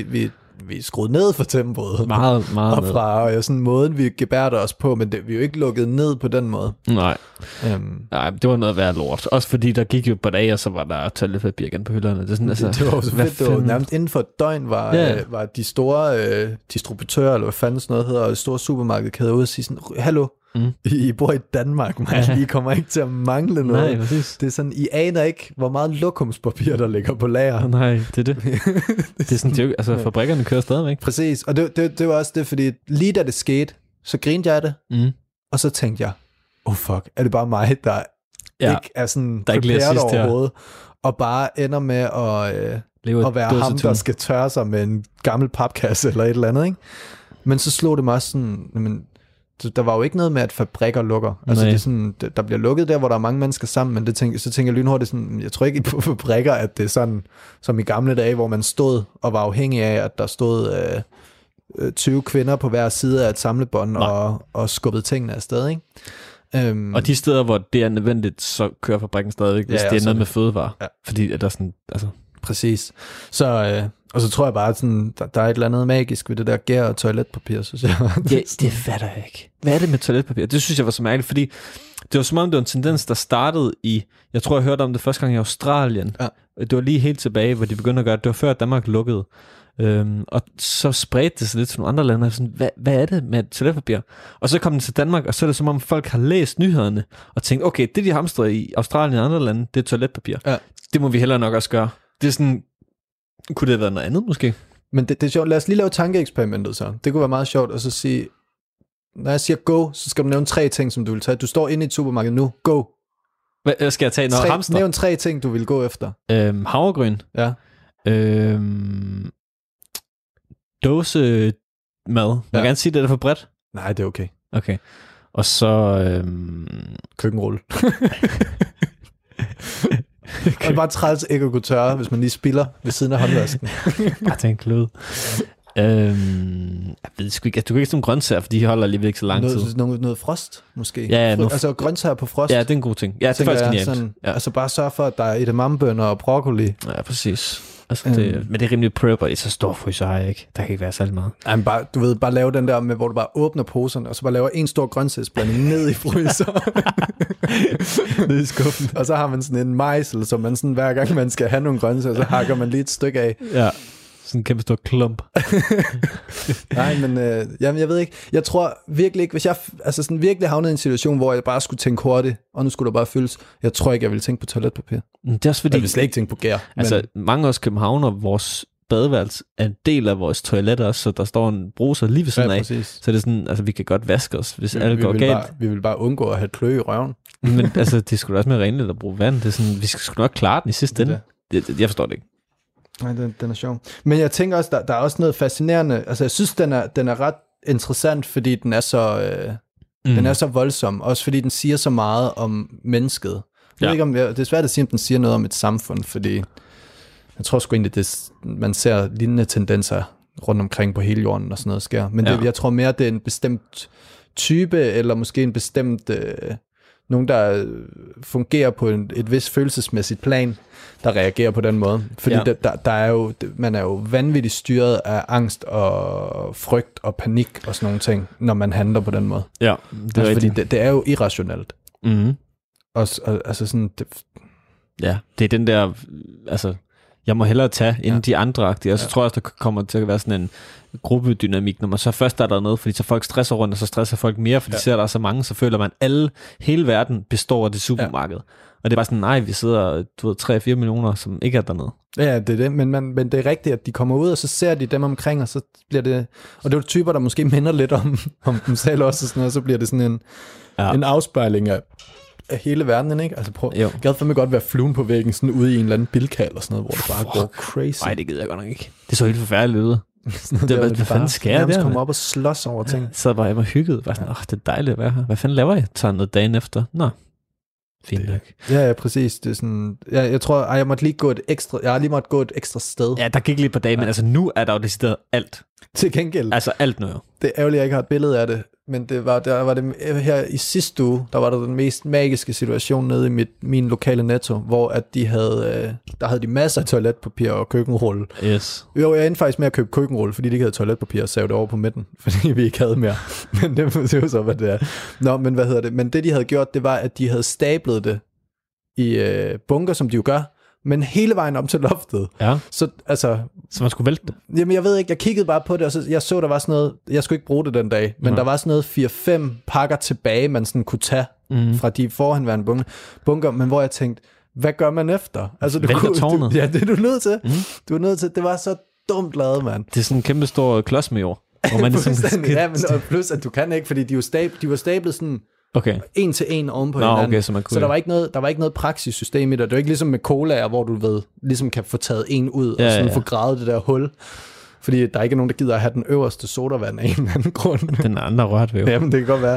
Vi skruede ned for tempoet. Meget opfra, og sådan måden, vi gebærder os på, men vi er jo ikke lukket ned på den måde. Nej. Nej, det var noget værd lort. Også fordi der gik jo på dage, og så var der toiletpapir igen på hylderne. Det, sådan, altså, det var jo så fedt. Det var nærmest inden for et døgn var de store distributører, eller hvad fanden sådan noget hedder, store supermarkedkæder ude og sige sådan, hallo, I bor i Danmark, man. I kommer ikke til at mangle noget. Nej, præcis. Det er sådan, I aner ikke, hvor meget lokumspapir, der ligger på lager. Nej, det er det. Det er sådan, altså fabrikkerne kører stadigvæk. Præcis, og det var også det, fordi lige da det skete, så grinede jeg det, og så tænkte jeg, fuck, er det bare mig, der ikke er sådan prepared overhovedet, og bare ender med at være ham, der skal tørre sig med en gammel papkasse eller et eller andet, ikke? Men så slog det mig også sådan, men der var jo ikke noget med, at fabrikker lukker. Altså, det er sådan, der bliver lukket der, hvor der er mange mennesker sammen, men så tænker jeg lynhurtigt sådan, jeg tror ikke på fabrikker, at det er sådan, som i gamle dage, hvor man stod og var afhængig af, at der stod 20 kvinder på hver side af et samlebånd og skubbede tingene afsted, ikke? Og de steder, hvor det er nødvendigt, så kører fabrikken stadigvæk, hvis det er noget med fødevarer. Ja. Fordi at der er sådan, altså. Præcis. Så, og så tror jeg bare, at sådan, der er et eller andet magisk ved det der gær og toiletpapir, synes jeg. Ja, det fatter jeg ikke. Hvad er det med toiletpapir? Det synes jeg var så mærkeligt, fordi det var som om, det var en tendens, der startede i, jeg tror, jeg hørte om det første gang i Australien. Ja. Det var lige helt tilbage, hvor de begyndte at gøre det. Det var før Danmark lukkede. Og så spredte det sig lidt til nogle andre lande. Sådan, hvad er det med toiletpapir? Og så kom den til Danmark, og så er det som om, folk har læst nyhederne og tænkt, okay, det de hamstrer i Australien og andre lande, det er toiletpapir. Ja. Det må vi hellere nok også gøre. Det er sådan, kunne det have været noget andet måske? Men det er sjovt. Lad os lige lave tankeeksperimentet så. Det kunne være meget sjovt at så sige, når jeg siger go, så skal du nævne 3 ting, som du vil tage. Du står inde i et supermarked nu. Go. Hvad skal jeg tage? Noget hamster? Nævn 3 ting, du vil gå efter. Havregryn. Ja. Dåse mad. Må jeg gerne sige, det er for bredt? Nej, det er okay. Okay. Og så køkkenrulle. Og det bare træls ikke at kunne tørre, hvis man lige spiller ved siden af håndvasken. Bare tænk klød. Jeg ved sgu ikke, du kan ikke som grøntsager, for de holder alligevel ikke så lang tid. Noget frost, måske. Ja, altså grøntsager på frost. Ja, det er en god ting. Ja, det er faktisk genialt. Altså bare sørg for, at der er edamamebønner og broccoli. Ja, præcis. Altså, men det er rimelig prepper i så stor fryser, har jeg ikke. Der kan ikke være særlig meget. Jamen, du ved, bare lave den der med, hvor du bare åbner poserne, og så bare laver en stor grøntsagsblanding ned i fryseren. Ned i skuffen. Og så har man sådan en mejsel, som man sådan, hver gang man skal have nogle grøntsager, så hakker man lige et stykke af. Ja, sådan en kæmpe stor klump. Nej, men jamen, jeg ved ikke. Jeg tror virkelig ikke, hvis jeg sådan virkelig havnede i en situation, hvor jeg bare skulle tænke hurtigt, og nu skulle der bare fyldes, jeg tror ikke, jeg ville tænke på toiletpapir. Det er også fordi... Jeg vil slet ikke tænke på gær. Altså, mange af os københavner, vores badeværelse er en del af vores toilet også, så der står en bruser lige ved siden af. Præcis. Så det er sådan, altså vi kan godt vaske os, hvis alt går galt. Vi vil bare undgå at have klø i røven. Men altså, det skulle også mere renligt at bruge vand. Det er sådan, vi skal sgu nok klare den i sidste ende. Jeg forstår det ikke. Nej, den er sjov. Men jeg tænker også, der er også noget fascinerende. Altså, jeg synes, den er ret interessant, fordi den er så, den er så voldsom. Også fordi den siger så meget om mennesket. Jeg ved ikke, om det er svært at sige, om den siger noget om et samfund, fordi jeg tror sgu egentlig, man ser lignende tendenser rundt omkring på hele jorden, og sådan noget sker. Men jeg tror mere, det er en bestemt type, eller måske en bestemt... nogen, der fungerer på et vis følelsesmæssigt plan, der reagerer på den måde. Fordi der er jo, man er jo vanvittigt styret af angst og frygt og panik og sådan nogle ting, når man handler på den måde. Ja, det er altså, fordi det er jo irrationelt. Mm-hmm. Og altså sådan... Ja, det er den der... Altså, jeg må hellere tage inden de andre-agtige, og så tror jeg også, der kommer til at være sådan en gruppedynamik, når man så først er dernede, fordi så folk stresser rundt, og så stresser folk mere, fordi ser der er så mange, så føler man, hele verden består af det supermarked. Og det er bare sådan, nej, vi sidder, 3-4 millioner, som ikke er dernede. Ja, det er det, men det er rigtigt, at de kommer ud, og så ser de dem omkring, og så bliver det, og det er jo typer, der måske minder lidt om dem selv også, og sådan noget, og så bliver det sådan en afspejling af hele verden, ikke? Altså gad for mig godt være fluen på væggen, sådan ude i en eller anden bilka eller sådan noget, hvor det bare går crazy. Nej, det gider jeg godt nok ikke. Det så helt forfærdeligt ud. Hvad fanden sker der? Jeg kommer op og slås over ting. Så bare jeg var hygget, bare sådan, det er dejligt at være her. Hvad fanden laver jeg? Tager noget dagen efter? Nå, fint nok. Ja, præcis. Det er sådan, jeg tror, jeg måtte lige gå et ekstra sted. Ja, der gik lige et par dage, men altså nu er der jo decideret alt. Til gengæld. Altså alt nu jo. Det er ærgerligt, jeg ikke har et billede af det, men der var det her i sidste uge, der var der den mest magiske situation nede i min lokale Netto, hvor at der havde de masser af toiletpapir og køkkenrulle. Yes. Jo, jeg endte faktisk med at købe køkkenrulle, fordi de ikke havde toiletpapir og save det over på midten, fordi vi ikke havde mere. Men det var så, hvad det er. Nå, men hvad hedder det? Men det, de havde gjort, det var, at de havde stablet det i bunker, som de jo gør, men hele vejen op til loftet. Ja. Så man skulle vælte det? Jamen, jeg ved ikke, jeg kiggede bare på det, og jeg så, der var sådan noget, jeg skulle ikke bruge det den dag, men der var sådan noget 4-5 pakker tilbage, man sådan kunne tage fra de forhenværende bunker, men hvor jeg tænkte, hvad gør man efter? Altså, det er du nødt til. Du er nødt til. Det var så dumt lavet, mand. Det er sådan en kæmpe stor klods med jord. Hvor man ligesom ja, men plus, at du kan ikke, fordi de var stablet sådan en til en ovenpå hinanden. Okay, så der var ikke noget praksissystem i det. Det var ikke ligesom med colaer, hvor du ligesom kan få taget en ud og sådan få gravet det der hul. Fordi der er ikke nogen, der gider at have den øverste sodavand af en eller anden grund. Den andre rørt ved jo. Jamen, det kan godt være.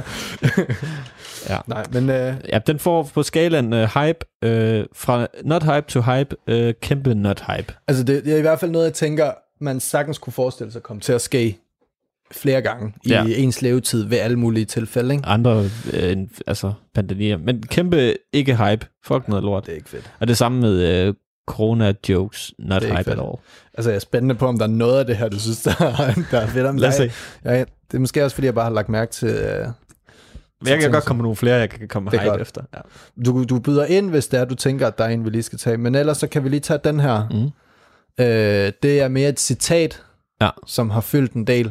Ja. Nej, men... ja, den får på skalaen hype, fra not hype to hype, kæmpe not hype. Altså, det er i hvert fald noget, jeg tænker, man sagtens kunne forestille sig komme til at ske flere gange i ens levetid ved alle mulige tilfælde, ikke? Andre pandemier. Men kæmpe ikke hype. Fuck noget lort. Det er ikke fedt. Og det samme med corona jokes, not hype at all. Altså, jeg er spændende på, om der er noget af det her, du synes, der er fedt om. Lad os se. Det er måske også, fordi jeg bare har lagt mærke til... Men jeg kan godt komme nogle flere, jeg kan komme hype godt efter. Ja. Du byder ind, hvis det er, du tænker, at der er en, vi lige skal tage. Men ellers så kan vi lige tage den her. Det er mere et citat, som har fyldt en del.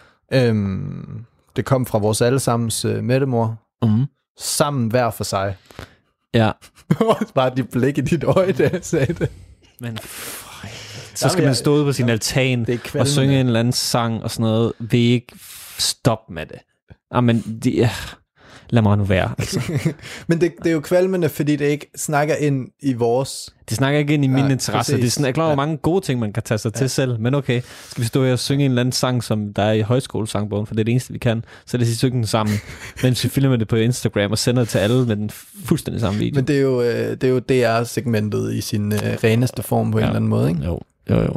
Det kom fra vores allesammens medmor. Sammen hver for sig. Ja. Bare de blik i dit øje, da jeg sagde det. Men så skal man stå ude på sin altan og synge en eller anden sang og sådan noget. Vil I ikke stoppe med det? Jamen, lad mig nu være. Altså. Men det er jo kvalmende, fordi det ikke snakker ind i vores... Det snakker ikke ind i mine interesser. Det er sådan, jeg er klar over mange gode ting, man kan tage sig til selv. Men okay, skal vi stå her og synge en eller anden sang, som der er i højskolesangbogen, for det er det eneste, vi kan. Så lad os synge den sammen, mens vi filmer det på Instagram og sender det til alle med den fuldstændig samme video. Men det er jo DR-segmentet i sin reneste form på en eller anden måde, ikke? Jo.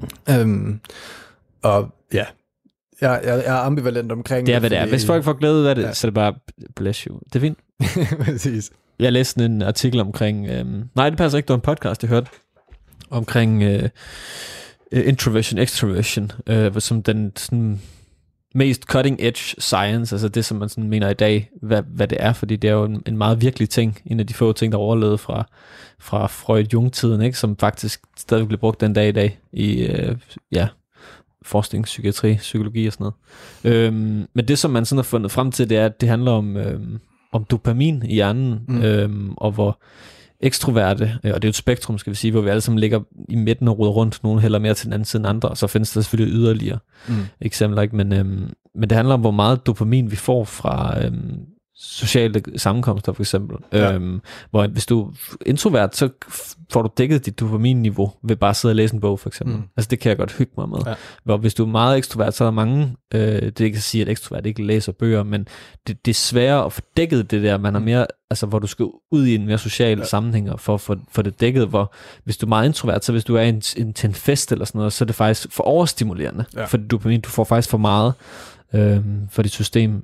Og ja... Jeg er ambivalent omkring det. Er, hvad det er. Hvis folk får glæde ud af det, så er det bare bless you. Det er fint. Præcis. Jeg læste en artikel omkring... nej, det passer ikke, det var en podcast, jeg hørte. Omkring introversion, extroversion, som den sådan mest cutting edge science, altså det, som man sådan mener i dag, hvad det er, fordi det er jo en meget virkelig ting, en af de få ting, der overlevede fra Freud-Jung-tiden, ikke, som faktisk stadig bliver brugt den dag i dag i forskning, psykiatri, psykologi og sådan noget. Men det, som man sådan har fundet frem til, det er, at det handler om dopamin i hjernen, og hvor ekstroverte, og det er jo et spektrum, skal vi sige, hvor vi alle sammen ligger i midten og ruder rundt, nogen hælder mere til den anden side end andre, og så findes der selvfølgelig yderligere eksempler, ikke? Men det handler om, hvor meget dopamin vi får fra sociale sammenkomster, for eksempel. Hvor hvis du er introvert, så får du dækket dit dopaminniveau ved bare at sidde og læse en bog, for eksempel. Altså det kan jeg godt hygge mig med. Ja. Hvor hvis du er meget ekstrovert, så er der mange, det er ikke at sige, at ekstrovert ikke læser bøger, men det er sværere at få dækket det der, man er mere, altså hvor du skal ud i en mere social sammenhæng for at få det dækket, hvor hvis du er meget introvert, så hvis du er til en fest eller sådan noget, så er det faktisk for overstimulerende, for det dopamin, du får faktisk for meget for dit system.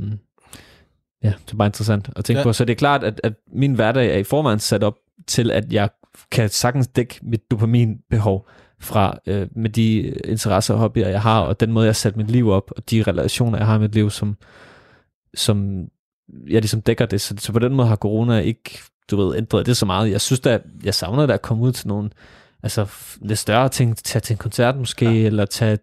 Ja, det er bare interessant at tænke på. Så det er klart, at min hverdag er i forvejen sat op til, at jeg kan sagtens dække mit dopaminbehov fra med de interesser og hobbyer, jeg har, og den måde, jeg har sat mit liv op, og de relationer, jeg har i mit liv, som jeg ligesom dækker det. Så på den måde har corona ikke, ændret det så meget. Jeg synes da, jeg savner da at komme ud til nogle lidt større ting, tage til en koncert måske, eller tage,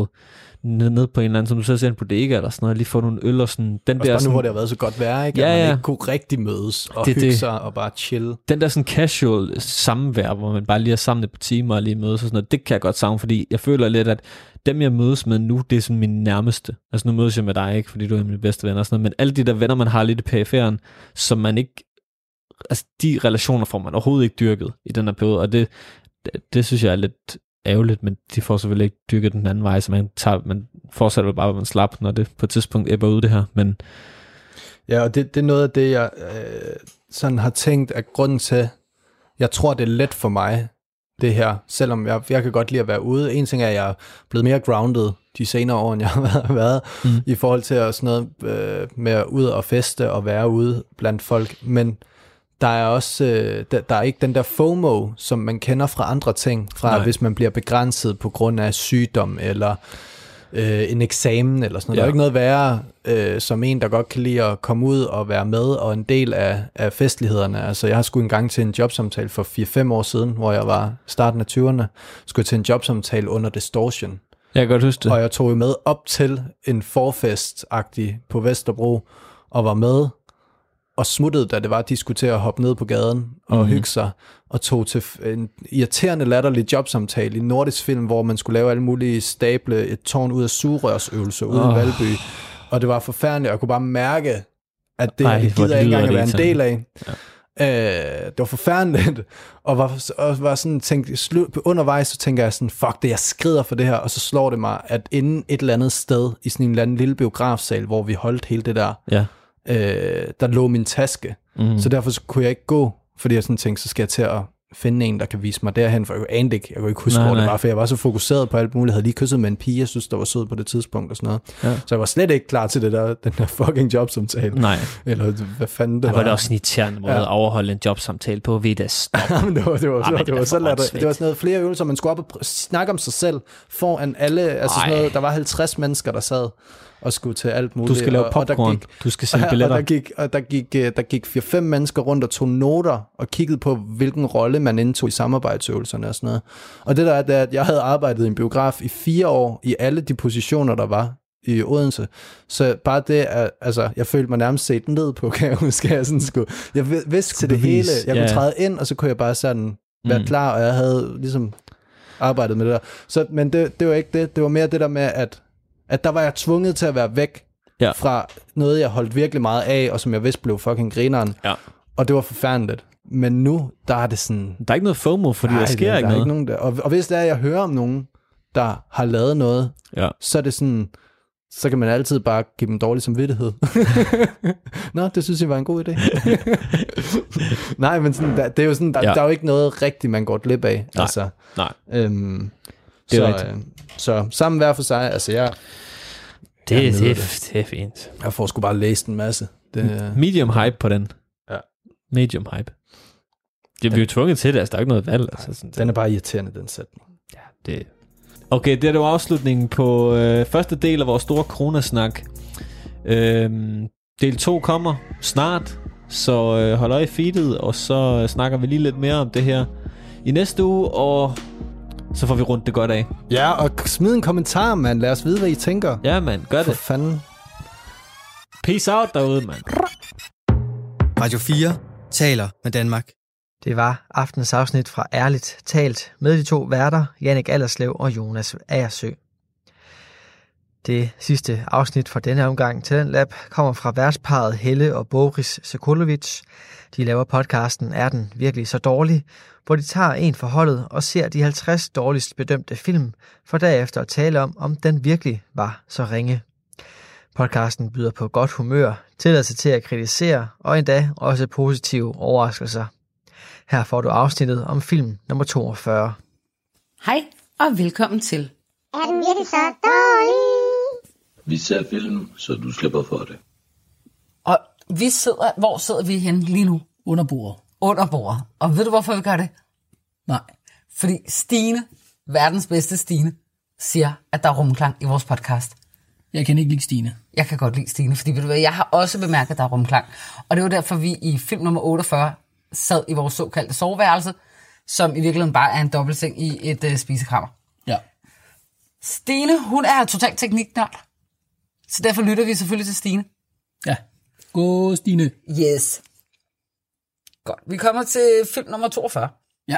ned på en eller anden, som du så ser en bodega eller sådan noget, lige få nogle øl og sådan. Den også der, bare sådan, nu, hvor det har været så godt vejr, ikke? At man ikke kunne rigtig mødes og hygge sig og bare chill. Den der sådan casual samvær, hvor man bare lige er sammen et par timer og lige mødes og sådan noget, det kan jeg godt savne, fordi jeg føler lidt, at dem jeg mødes med nu, det er sådan min nærmeste. Altså nu mødes jeg med dig, ikke, fordi du er min bedste ven og sådan noget, men alle de der venner, man har lidt i periferen, som man ikke, altså de relationer får man overhovedet ikke dyrket i den her periode, og det synes jeg er lidt ærgerligt, men de får selvfølgelig ikke dyrket den anden vej, så man fortsætter bare, at man slap, når det på et tidspunkt ebber ud det her, men... Ja, og det er noget af det, jeg sådan har tænkt, at grunden til, jeg tror, det er let for mig, det her, selvom jeg kan godt lide at være ude. En ting er, at jeg er blevet mere grounded de senere år, end jeg har været, i forhold til at sådan noget med at ud og feste og være ude blandt folk, men der er også, der er ikke den der FOMO, som man kender fra andre ting, fra hvis man bliver begrænset på grund af sygdom, eller en eksamen, eller sådan noget. Der er ikke noget værre, som en, der godt kan lide at komme ud og være med, og en del af festlighederne. Altså, jeg har sgu engang til en jobsamtale for 4-5 år siden, hvor jeg var starten af 20'erne, skulle til en jobsamtale under Distortion. Jeg kan godt huske det. Og jeg tog med op til en forfest-agtig på Vesterbro, og var med, og smuttede, da det var, at de skulle til at hoppe ned på gaden og hygge sig, og tog til en irriterende latterlig jobsamtale i Nordisk Film, hvor man skulle lave alle mulige stable et tårn ud af sugerørsøvelser ude i Valby. Og det var forfærdeligt, og jeg kunne bare mærke, at det gider jeg ikke engang at være en del af. Ja. Det var forfærdeligt, og var sådan tænkt, undervejs så tænker jeg sådan, fuck det, jeg skrider for det her, og så slår det mig, at inden et eller andet sted, i sådan en eller anden lille biografsal, hvor vi holdt hele det der, der lå min taske, så derfor så kunne jeg ikke gå, fordi jeg sådan tænkte, så skal jeg til at finde en, der kan vise mig derhen, for jeg kunne ikke huske, hvor det var, for jeg var så fokuseret på alt muligt. Jeg havde lige kysset med en pige, jeg synes, der var sød på det tidspunkt og sådan noget. Ja. Så jeg var slet ikke klar til den der fucking jobsamtale. Nej. Eller hvad fanden det var. Det var også en irriterende måde at overholde en jobsamtale på, ved det stop. det var sådan noget flere øvelser, man skulle op og snakke om sig selv foran alle, altså sådan noget, der var 50 mennesker, der sad og skulle til alt muligt. Du skal lave popcorn, du skal sælge billetter. Der gik 4-5 mennesker rundt og tog noter og kiggede på, hvilken rolle man indtog i samarbejdsøvelserne og sådan noget. Og det der er, det er, at jeg havde arbejdet i en biograf i 4 år, i alle de positioner, der var i Odense. Så bare det, altså, jeg følte mig nærmest set ned på, kan jeg huske, jeg sådan skulle. Jeg vidste til det hele. Jeg kunne træde ind, og så kunne jeg bare sådan være klar, og jeg havde ligesom arbejdet med det der. Så, men det var ikke det. Det var mere det der med, at der var jeg tvunget til at være væk fra noget, jeg holdt virkelig meget af, og som jeg vidste blev fucking grineren. Ja. Og det var forfærdeligt. Men nu, der er det sådan... Der er ikke noget FOMO, fordi der sker ikke noget. Ikke nogen der. Og hvis det er, jeg hører om nogen, der har lavet noget, så er det sådan... Så kan man altid bare give dem dårlig samvittighed. Nå, det synes jeg var en god idé. Nej, men sådan, det er jo sådan, der er jo ikke noget rigtigt, man går glip af. Nej, altså, nej. Det er rigtigt. Så sammen hver for sig, altså jeg... Det er fint. Jeg får sgu bare læst en masse. Medium hype på den. Ja. Medium hype. Det bliver jo tvunget til det, altså der er ikke noget valg. Altså, sådan, den er bare irriterende, den sætning. Ja, det... Okay, det er jo afslutningen på første del af vores store coronasnak. Del 2 kommer snart, så hold øje i feedet, og så snakker vi lige lidt mere om det her i næste uge, og så får vi rundt det godt af. Ja, og smid en kommentar, mand. Lad os vide, hvad I tænker. Ja, mand. Gør det. For fanden. Peace out derude, mand. Radio 4 taler med Danmark. Det var aftens afsnit fra Ærligt Talt med de to værter, Jannik Allerslev og Jonas Agersø. Det sidste afsnit fra denne omgang Talentlab kommer fra værtsparret Helle og Boris Sekulovic. De laver podcasten Er den virkelig så dårlig?, hvor de tager en for holdet og ser de 50 dårligst bedømte film, for derefter at tale om den virkelig var så ringe. Podcasten byder på godt humør, tilladelse til at kritisere og endda også positive overraskelser. Her får du afsnittet om film nummer 42. Hej og velkommen til. Er den virkelig så dårlig? Vi ser film, så du slipper for det. Og hvor sidder vi henne lige nu? Under bordet. Under bordet. Og ved du, hvorfor vi gør det? Nej. Fordi Stine, verdens bedste Stine, siger, at der er rumklang i vores podcast. Jeg kan ikke lide Stine. Jeg kan godt lide Stine, fordi ved du hvad, jeg har også bemærket, at der er rumklang. Og det var derfor, vi i film nummer 48 sad i vores såkaldte soveværelse, som i virkeligheden bare er en dobbeltseng i et spisekrammer. Ja. Stine, hun er totalt tekniknørd. Så derfor lytter vi selvfølgelig til Stine. Ja. Gå, Stine. Yes. Godt. Vi kommer til film nummer 42. Ja.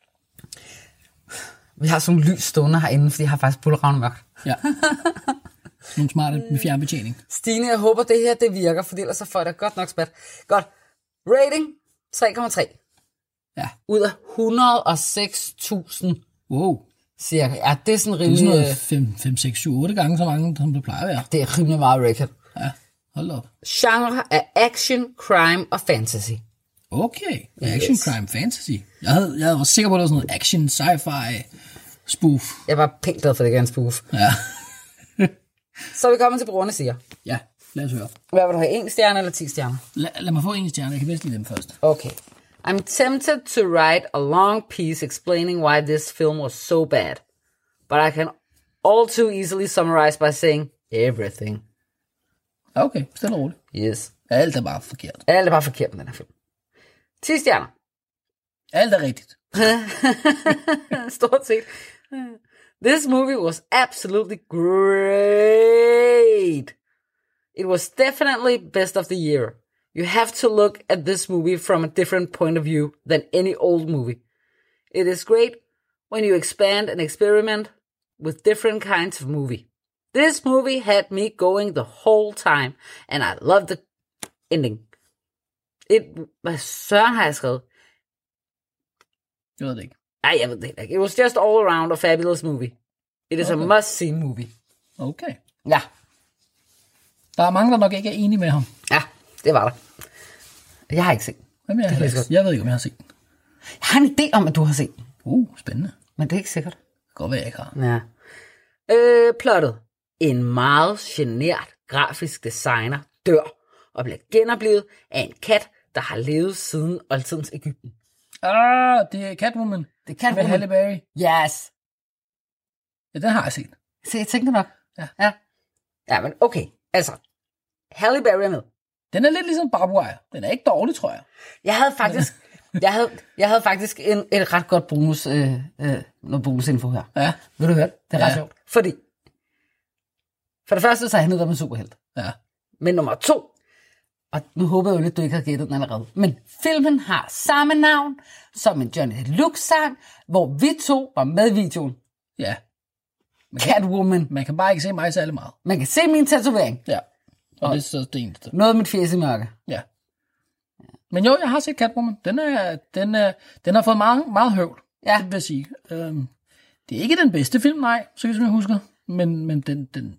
Vi har sådan nogle lys stående herinde, fordi jeg har faktisk bullerravne mørkt. Ja. Nogle smarte med fjernbetjening. Stine, jeg håber, det her det virker, for ellers så får jeg da godt nok spat. Godt. Rating 3,3. Ja. Ud af 106.000 Wow. cirka. Ja, det er sådan Det er rimelig... sådan noget 5, 6, 7, 8 gange så mange, som det plejer at være. Det er rimelig meget record. Ja, hold op. Genre er action, crime og fantasy. Okay. Action, crime, fantasy. Jeg var sikker på, at det var sådan noget action, sci-fi, spoof. Jeg var pænt glad for, det ikke er en spoof. Ja. Så er vi kommet til brugerne siger. Ja, lad os høre. Hvad vil du have? 1 stjerne eller 10 stjerner? Lad mig få en stjerne. Jeg kan bedst lide dem først. Okay. I'm tempted to write a long piece explaining why this film was so bad. But I can all too easily summarize by saying everything. Okay, stille og roligt. Yes. Alt er bare forkert. Alt er bare forkert med den her film. 10 stjerner. Alt er rigtigt. Stort set. This movie was absolutely great. It was definitely best of the year. You have to look at this movie from a different point of view than any old movie. It is great when you expand and experiment with different kinds of movie. This movie had me going the whole time, and I loved the ending. Hvad søren har jeg skrevet? Jeg ved det ikke. Ej, jeg ved det ikke. It was just all around a fabulous movie. It is a must-see movie. Okay. Ja. Der er mange, der nok ikke er enige med ham. Ja, det var der. Jeg har ikke set den. Jamen, jeg ved ikke, om jeg har set den. Jeg har en idé om, at du har set den. Spændende. Men det er ikke sikkert. Det kan godt være, jeg ikke har. Ja. Plottet. En meget genert grafisk designer dør og bliver genoplevet af en kat, der har levet siden oldtidens Egypten. Det er Catwoman. Det er Catwoman. Med Halle Berry. Yes. Ja, den har jeg set. Så jeg tænkte nok. Ja. Ja, men okay. Altså, Halle Berry er med. Den er lidt ligesom Barbwire. Den er ikke dårlig, tror jeg. Jeg havde faktisk et ret godt bonus, noget bonusinfo her. Ja. Vil du høre det? Det er ret sjovt. Fordi, for det første, så er han noget med superhelt. Ja. Men nummer 2, og nu håber jeg jo lidt, du ikke har gættet den allerede, men filmen har samme navn som en Johnny Deluxe-sang, hvor vi to var med i videoen. Ja. Catwoman. Man kan bare ikke se mig særlig meget. Man kan se min tatovering. Ja. Og det er så det eneste. Noget af mit fjes i mørke. Ja. Men jo, jeg har set Catwoman. Den har fået meget høvl. Ja. Det vil jeg sige. Det er ikke den bedste film, nej, så som jeg husker. Men den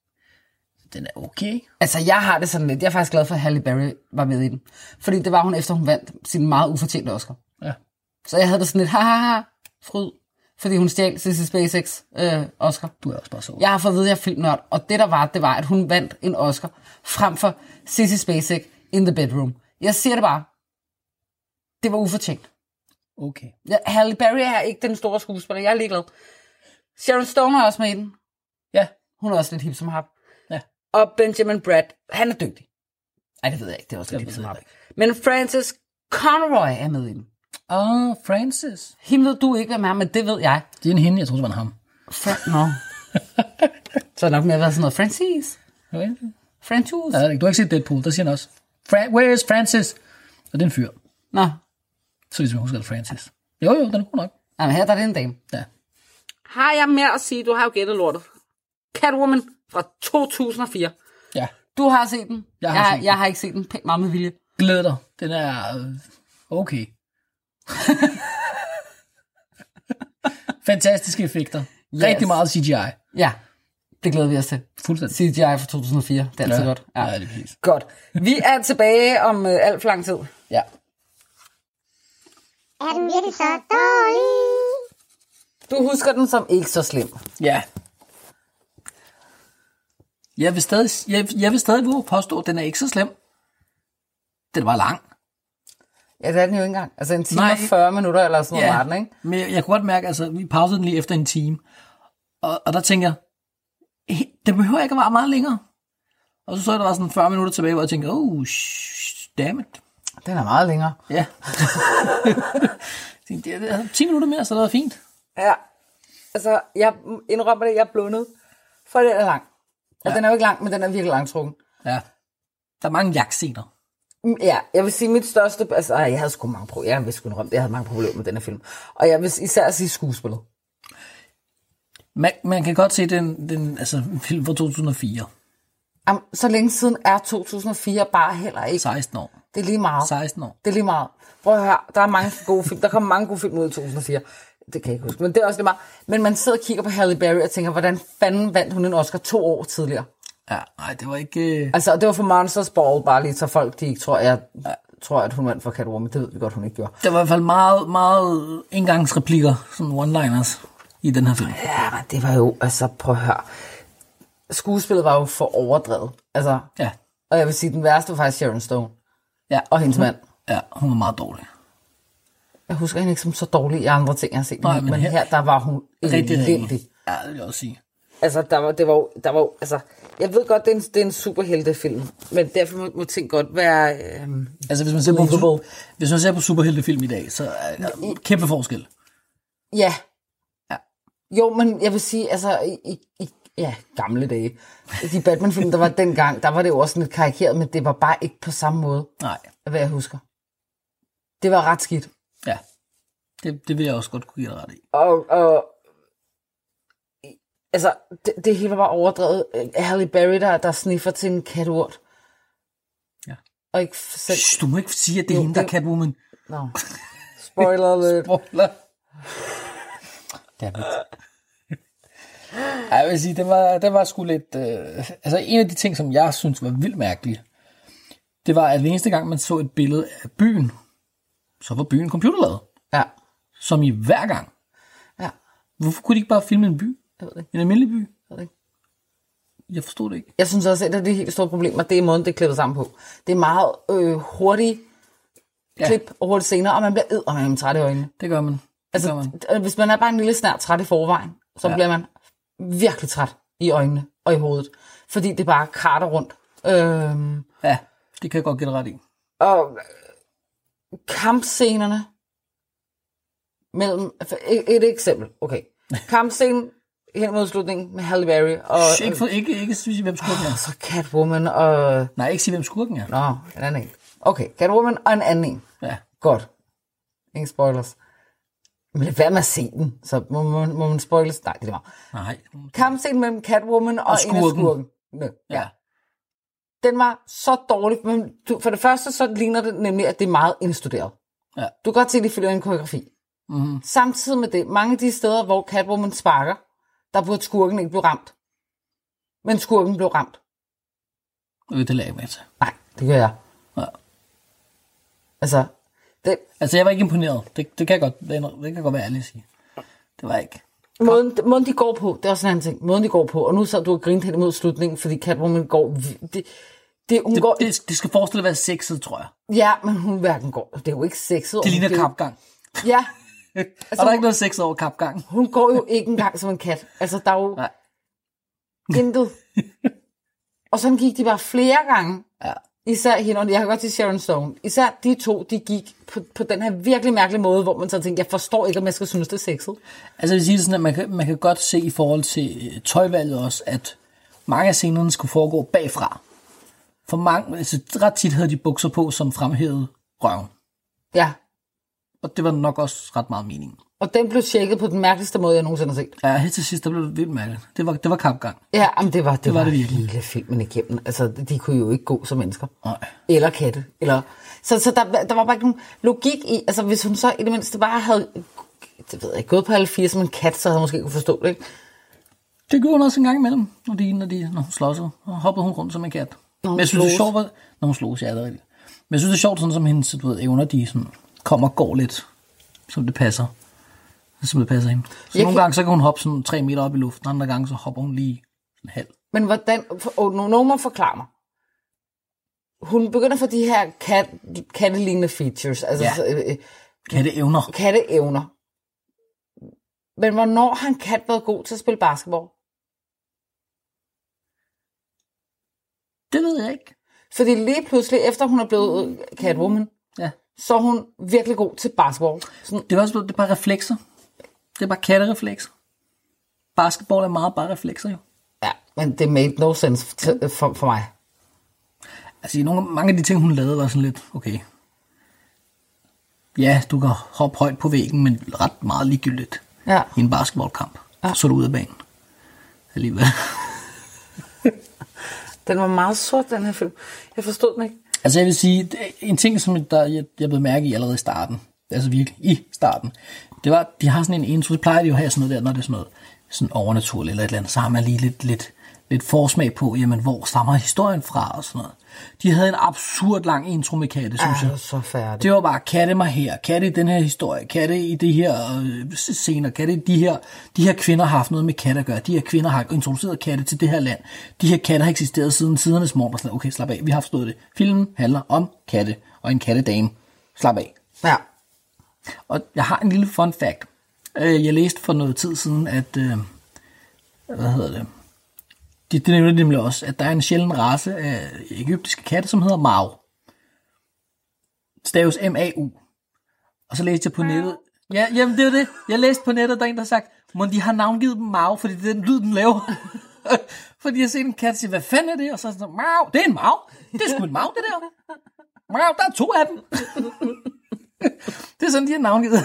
er okay. Altså, jeg har det sådan lidt. Jeg er faktisk glad for, at Halle Berry var med i den. Fordi det var hun, efter hun vandt sin meget ufortjente Oscar. Ja. Så jeg havde det sådan lidt, fryd. Fordi hun stjal Sissy Spaceks Oscar. Du er også bare så. Jeg har fået at vide, at jeg er filmnørd. Og det var, at hun vandt en Oscar frem for Sissy Spacek in the Bedroom. Jeg siger det bare. Det var ufortjent. Okay. Halle Berry er ikke den store skuespiller. Jeg er ligeglad. Sharon Stone er også med i den. Ja. Hun er også lidt hip som hap. Ja. Og Benjamin Bratt, han er dygtig. Ej, det ved jeg ikke. Det er også lidt hip som hap. Men Frances Conroy er med i den. Frances. Hende ved du ikke, hvem er, men det ved jeg. Det er en hende, jeg troede, det var en ham. Nå. Så er det nok mere været sådan noget. Francis. Okay. Francis. Ja, du har ikke set Deadpool, der siger han også. Where is Francis? Og det er en fyr. Nå. Så hvis man husker det, Francis. Jo, den er god nok. Jamen, her der er det en dame. Ja. Har jeg mere at sige? Du har jo gættet lortet. Catwoman fra 2004. Ja. Du har set den. Jeg har ikke set den. Pænt meget med vilje. Glæd dig. Den er okay. Fantastiske effekter. Yes. Rigtig meget CGI. Ja, det glæder vi os til. Fuldstændig. CGI fra 2004. Det er altid godt. Ja, det er præcis. Godt. Vi er tilbage om alt for lang tid. Ja. Er den virkelig så dårlig? Du husker den som ikke så slem. Ja. Jeg vil stadig våge påstå, at den er ikke så slem. Den var lang. Ja, det er den jo ikke engang. Altså en time og 40 minutter eller sådan noget var den, ikke? Men jeg kunne godt mærke, altså vi pausede den lige efter en time. Og der tænker jeg, det behøver ikke at være meget længere. Og så der var sådan 40 minutter tilbage, hvor jeg tænkte, dammit. Den er meget længere. Ja. Det er 10 minutter mere, så det er fint. Ja. Altså, jeg indrømmer det, jeg er blundet. For den er lang. Og den er jo ikke lang, men den er virkelig langtrukken. Ja. Der er mange jagtscener. Ja, jeg vil sige mit største... Altså, jeg havde sgu mange problemer. Jeg havde mange problemer med den her film. Og jeg vil især sige skuespillet. Man kan godt se den altså, film fra 2004. Jamen, så længe siden er 2004 bare heller ikke. 16 år. Det er lige meget. 16 år. Det er lige meget. Prøv at høre, der er mange gode film. Der kommer mange gode film ud i 2004. Det kan jeg ikke huske, men det er også lige meget. Men man sidder og kigger på Halle Berry og tænker, hvordan fanden vandt hun en Oscar 2 år tidligere? Ja, nej, det var ikke... Altså, det var for Monsters Ball, bare lige så folk, de ikke tror, at hun vandt for Catwoman. Det ved vi godt, hun ikke gjorde. Der var i hvert fald meget, meget engangsreplikker, sådan one-liners i den her film. Ja, men det var jo, altså, prøv at høre. Skuespillet var jo for overdrevet. Altså, ja. Og jeg vil sige, den værste var faktisk Sharon Stone. Ja. Og hendes mand. Ja, hun var meget dårlig. Jeg husker hende ikke som så dårlig i andre ting, jeg har set. Nej, men her, der var hun elendig. Ja, det vil jeg også sige. Altså, der var altså, jeg ved godt, det er en superheltefilm, men derfor må ting godt være... altså, hvis man ser på superheltefilm i dag, så er der kæmpe forskel. Ja. Jo, men jeg vil sige, altså, i gamle dage, de Batman-film, der var dengang, der var det jo også lidt karikeret, men det var bare ikke på samme måde, nej, hvad jeg husker. Det var ret skidt. Ja, det vil jeg også godt kunne give dig ret i. Og altså, det hele var overdrevet. Halle Berry, der sniffer til en caturt. Ja. Og ikke selv... Du må ikke sige, at det er hende, der er Catwoman. No. Spoiler alert. Spoiler. Dammit. Jeg vil sige, det var sgu lidt... altså, en af de ting, som jeg synes var vildt mærkeligt, det var, at den eneste gang, man så et billede af byen, så var byen computerlavet. Ja. Som i hver gang. Ja. Hvorfor kunne de ikke bare filme en by? Jeg ved det ikke. En almindelig by? Jeg ved det ikke. Jeg forstod det ikke. Jeg synes også, at et af de helt store problemer, det er måden, det er klippet sammen på. Det er meget hurtigt klip og hurtigt scener, og man bliver eddermame træt i øjnene. Det gør man. Altså, hvis man er bare en lille snart træt i forvejen, så bliver man virkelig træt i øjnene og i hovedet. Fordi det bare karter rundt. Ja, det kan jeg godt gætte ret i. Og kampscenerne mellem... Et eksempel, okay. Kampscenen hen mod slutningen med Halle Berry og... Ikke sige, hvem skurken er. Så Catwoman og... Nej, ikke sige, hvem skurken er. Nå, en anden en. Okay, Catwoman og en anden en. Ja. Godt. Ingen spoilers. Men hvad med at se den? Så må man spoilers? Nej, det er meget. Nej. Kampscenen mellem Catwoman og en af skurken. Ja. Den var så dårlig. Men for det første, så ligner det nemlig, at det er meget indstuderet. Ja. Du kan godt se, at de følger en koreografi. Mm-hmm. Samtidig med det, mange af de steder, hvor Catwoman sparker, der burde skurken ikke blive ramt. Men skurken blev ramt. Det lagde jeg med til. Nej, det gør jeg. Ja. Altså, jeg var ikke imponeret. Det kan jeg godt være ærlig at sige. Det var ikke. Måden de går på, det er også en anden ting. Måden de går på, og nu så du har grint hen imod slutningen, fordi Catwoman går... Det skal forestille at være sexet, tror jeg. Ja, men hun hverken går... Det er jo ikke sexet. Det ligner kampgang. Ja, Og der er ikke noget sex over kapgang. Hun går jo ikke engang som en kat. Altså, der er jo intet. Og sådan gik de bare flere gange. Ja. Især hende, og jeg kan godt til Sharon Stone. Især de to, de gik på den her virkelig mærkelige måde, hvor man så tænkte, jeg forstår ikke, om jeg skal synes, det er sexet. Altså, jeg vil sige det sådan, at man kan godt se i forhold til tøjvalget også, at mange af scenerne skulle foregå bagfra. For mange, altså ret tit havde de bukser på, som fremhævede røven. Ja. Og det var nok også ret meget meningen. Og den blev tjekket på den mærkeligste måde, jeg nogensinde har set. Ja, helt til sidst, der blev det vildt mærkeligt. Det var kampgang. Ja, men det var det virkelig. Hele filmen igennem. Altså, de kunne jo ikke gå som mennesker. Nej. Eller katte. Så der var bare ikke nogen logik i, altså hvis hun så i det mindste bare havde, det ved jeg, gået på alle fire som en kat, så havde hun måske kunne forstå det, ikke? Det gjorde hun også en gang imellem, når hun slåsede, og hoppede hun rundt som en kat. Men jeg synes, det er sjovt, når hun slås, ja, det er rigtigt. Men jeg synes, det er sjovt, sådan som hendes evner, de sådan, kommer og går lidt, som det passer. Som det passer hende. Så nogle gange, så kan hun hoppe sådan 3 meter op i luften, andre gange, så hopper hun lige en halv. Men hvordan, nogen må forklare mig. Hun begynder at få de her kattelignende features. Altså, ja. Katteevner. Katteevner. Men hvornår har en kat været god til at spille basketball? Det ved jeg ikke. Fordi lige pludselig, efter hun er blevet Catwoman, så er hun virkelig god til basketball. Sådan. Det er bare reflekser. Det er bare kattereflekser. Basketball er meget bare reflekser, jo. Ja, men det made no sense for mig. Altså, mange af de ting, hun lavede, var sådan lidt, okay. Ja, du kan hoppe højt på væggen, men ret meget ligegyldigt i en basketballkamp. Ja. Så er du ud af banen. Alligevel. Den var meget sort, den her film. Jeg forstod den ikke. Altså, jeg vil sige, en ting, som jeg blev mærke i allerede i starten, altså virkelig i starten, det var, de har sådan en intro, det plejer de jo at have sådan noget der, når det er sådan noget sådan overnaturligt eller et eller andet, så har man lige lidt forsmag på, jamen, hvor stammer historien fra og sådan noget. De havde en absurd lang intro med katte, synes jeg. Så færdig. Det var bare, katte mig her, katte i den her historie, katte i det her scener, katte i de her kvinder har haft noget med katte at gøre, de her kvinder har introduceret katte til det her land, de her katte har eksisteret siden tidernes morgen, og sådan, okay, slap af, vi har forstået det. Filmen handler om katte og en kattedame. Slap af. Ja. Og jeg har en lille fun fact. Jeg læste for noget tid siden, at det nævner nemlig også, at der er en sjælden race af egyptiske katte, som hedder Mau. Staves M-A-U. Og så læste jeg på nettet. Ja, jamen det er det. Jeg læste på nettet, der er en, der har sagt, men de har navngivet dem Mau, fordi det er den lyd, den laver. Fordi jeg har set en kat sige, hvad fanden er det? Og så er sådan, Mau, det er en Mau. Det er sgu en Mau, det der. Mau, der er 2 af dem. Det er sådan, de har navngivet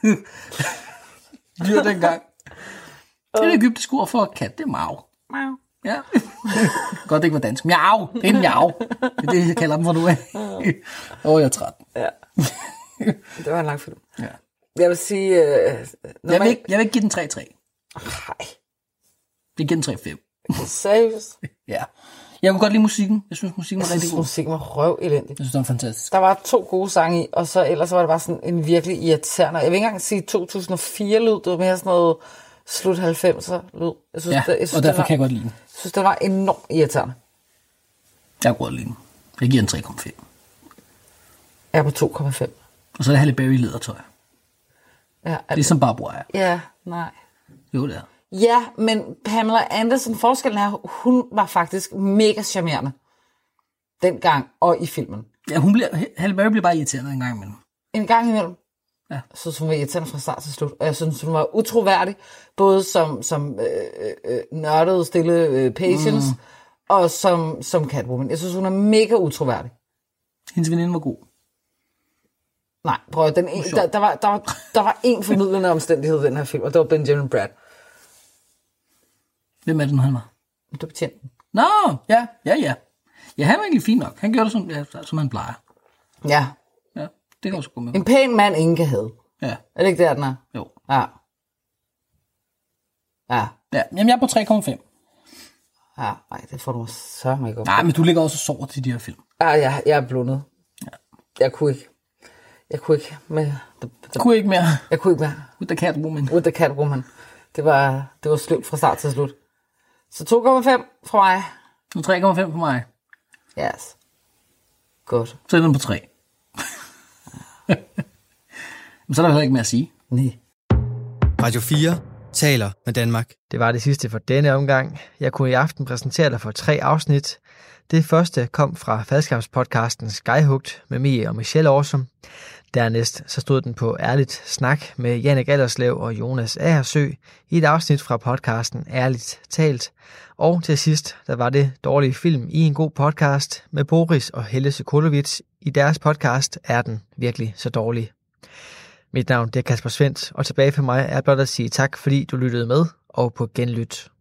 dyr dengang. Det er det egyptiske ord for kat, det er Mau. Mau. Ja. Godt, det ikke var dansk. Miau. Det er en miau. Det er det, jeg kalder dem for nu af. Jeg er træt. Ja. Det var en lang film. Ja. Jeg vil sige... jeg vil ikke give den 3-3. Nej. Jeg giver den 3-5. Seriøst? Ja. Jeg kunne godt lide musikken. Jeg synes, musikken var rigtig god. Musikken var røvelendig. Jeg synes, det var fantastisk. Der var 2 gode sange i, og så ellers var det bare sådan en virkelig irriterende... Jeg vil ikke engang sige 2004-lyd. Det var mere sådan noget slut 90'er lyd. Jeg synes, og derfor kan jeg godt lide den. Jeg synes, det var enormt irriterende. Jeg kunne godt lide den. Jeg giver den 3,5. Jeg er på 2,5. Og så er det Halle Berry ledertøj. Ja, det er som Barbara er. Ja, nej. Jo, det er. Ja, men Pamela Anderson, forskellen er, hun var faktisk mega charmerende. Dengang og i filmen. Ja, Halle Berry bliver bare irriterende en gang imellem. En gang imellem? Ja. Jeg synes, hun var irriterende fra start til slut. Og jeg synes, hun var utroværdig. Både som nørdede, stille Patience, og som Catwoman. Jeg synes, hun er mega utroværdig. Hendes veninde var god. Nej, prøv at, der var en formidlende omstændighed i den her film, og det var Benjamin Bratt. Hvem er det, han var? Det var betjenten. Nå, ja. Ja, han var egentlig fin nok. Han gjorde det, som han plejer. Ja. Ja, det kan også gå med. En pæn mand, ingen kan have. Ja. Er det ikke der, den er? Jo. Ja. Jamen, jeg er på 3,5. Ja, nej, det får du sørge mig ikke op. Nej, men du ligger også og sover til de her film. Ja, jeg er blundet. Ja. Jeg kunne ikke med... Kunne ikke mere. Jeg kunne ikke mere. With the Catwoman. With the Catwoman. Det var slut fra start til slut. Så 2,5 fra mig. Og 3,5 for mig. Yes. Godt. Så er den på 3. Men så er der heller ikke mere at sige. Nej. Radio 4 taler med Danmark. Det var det sidste for denne omgang. Jeg kunne i aften præsentere dig for 3 afsnit. Det første kom fra faldskærmspodcasten Skyhugt med Mie og Michelle Årsum. Dernæst så stod den på Ærligt Snak med Jannik Allerslev og Jonas Agersø i et afsnit fra podcasten Ærligt Talt. Og til sidst, der var det Dårlige Film i en god podcast med Boris og Helle Sekulovic. I deres podcast Er den virkelig så dårlig? Mit navn det er Kasper Svendt, og tilbage for mig er blot at sige tak, fordi du lyttede med, og på genlyt.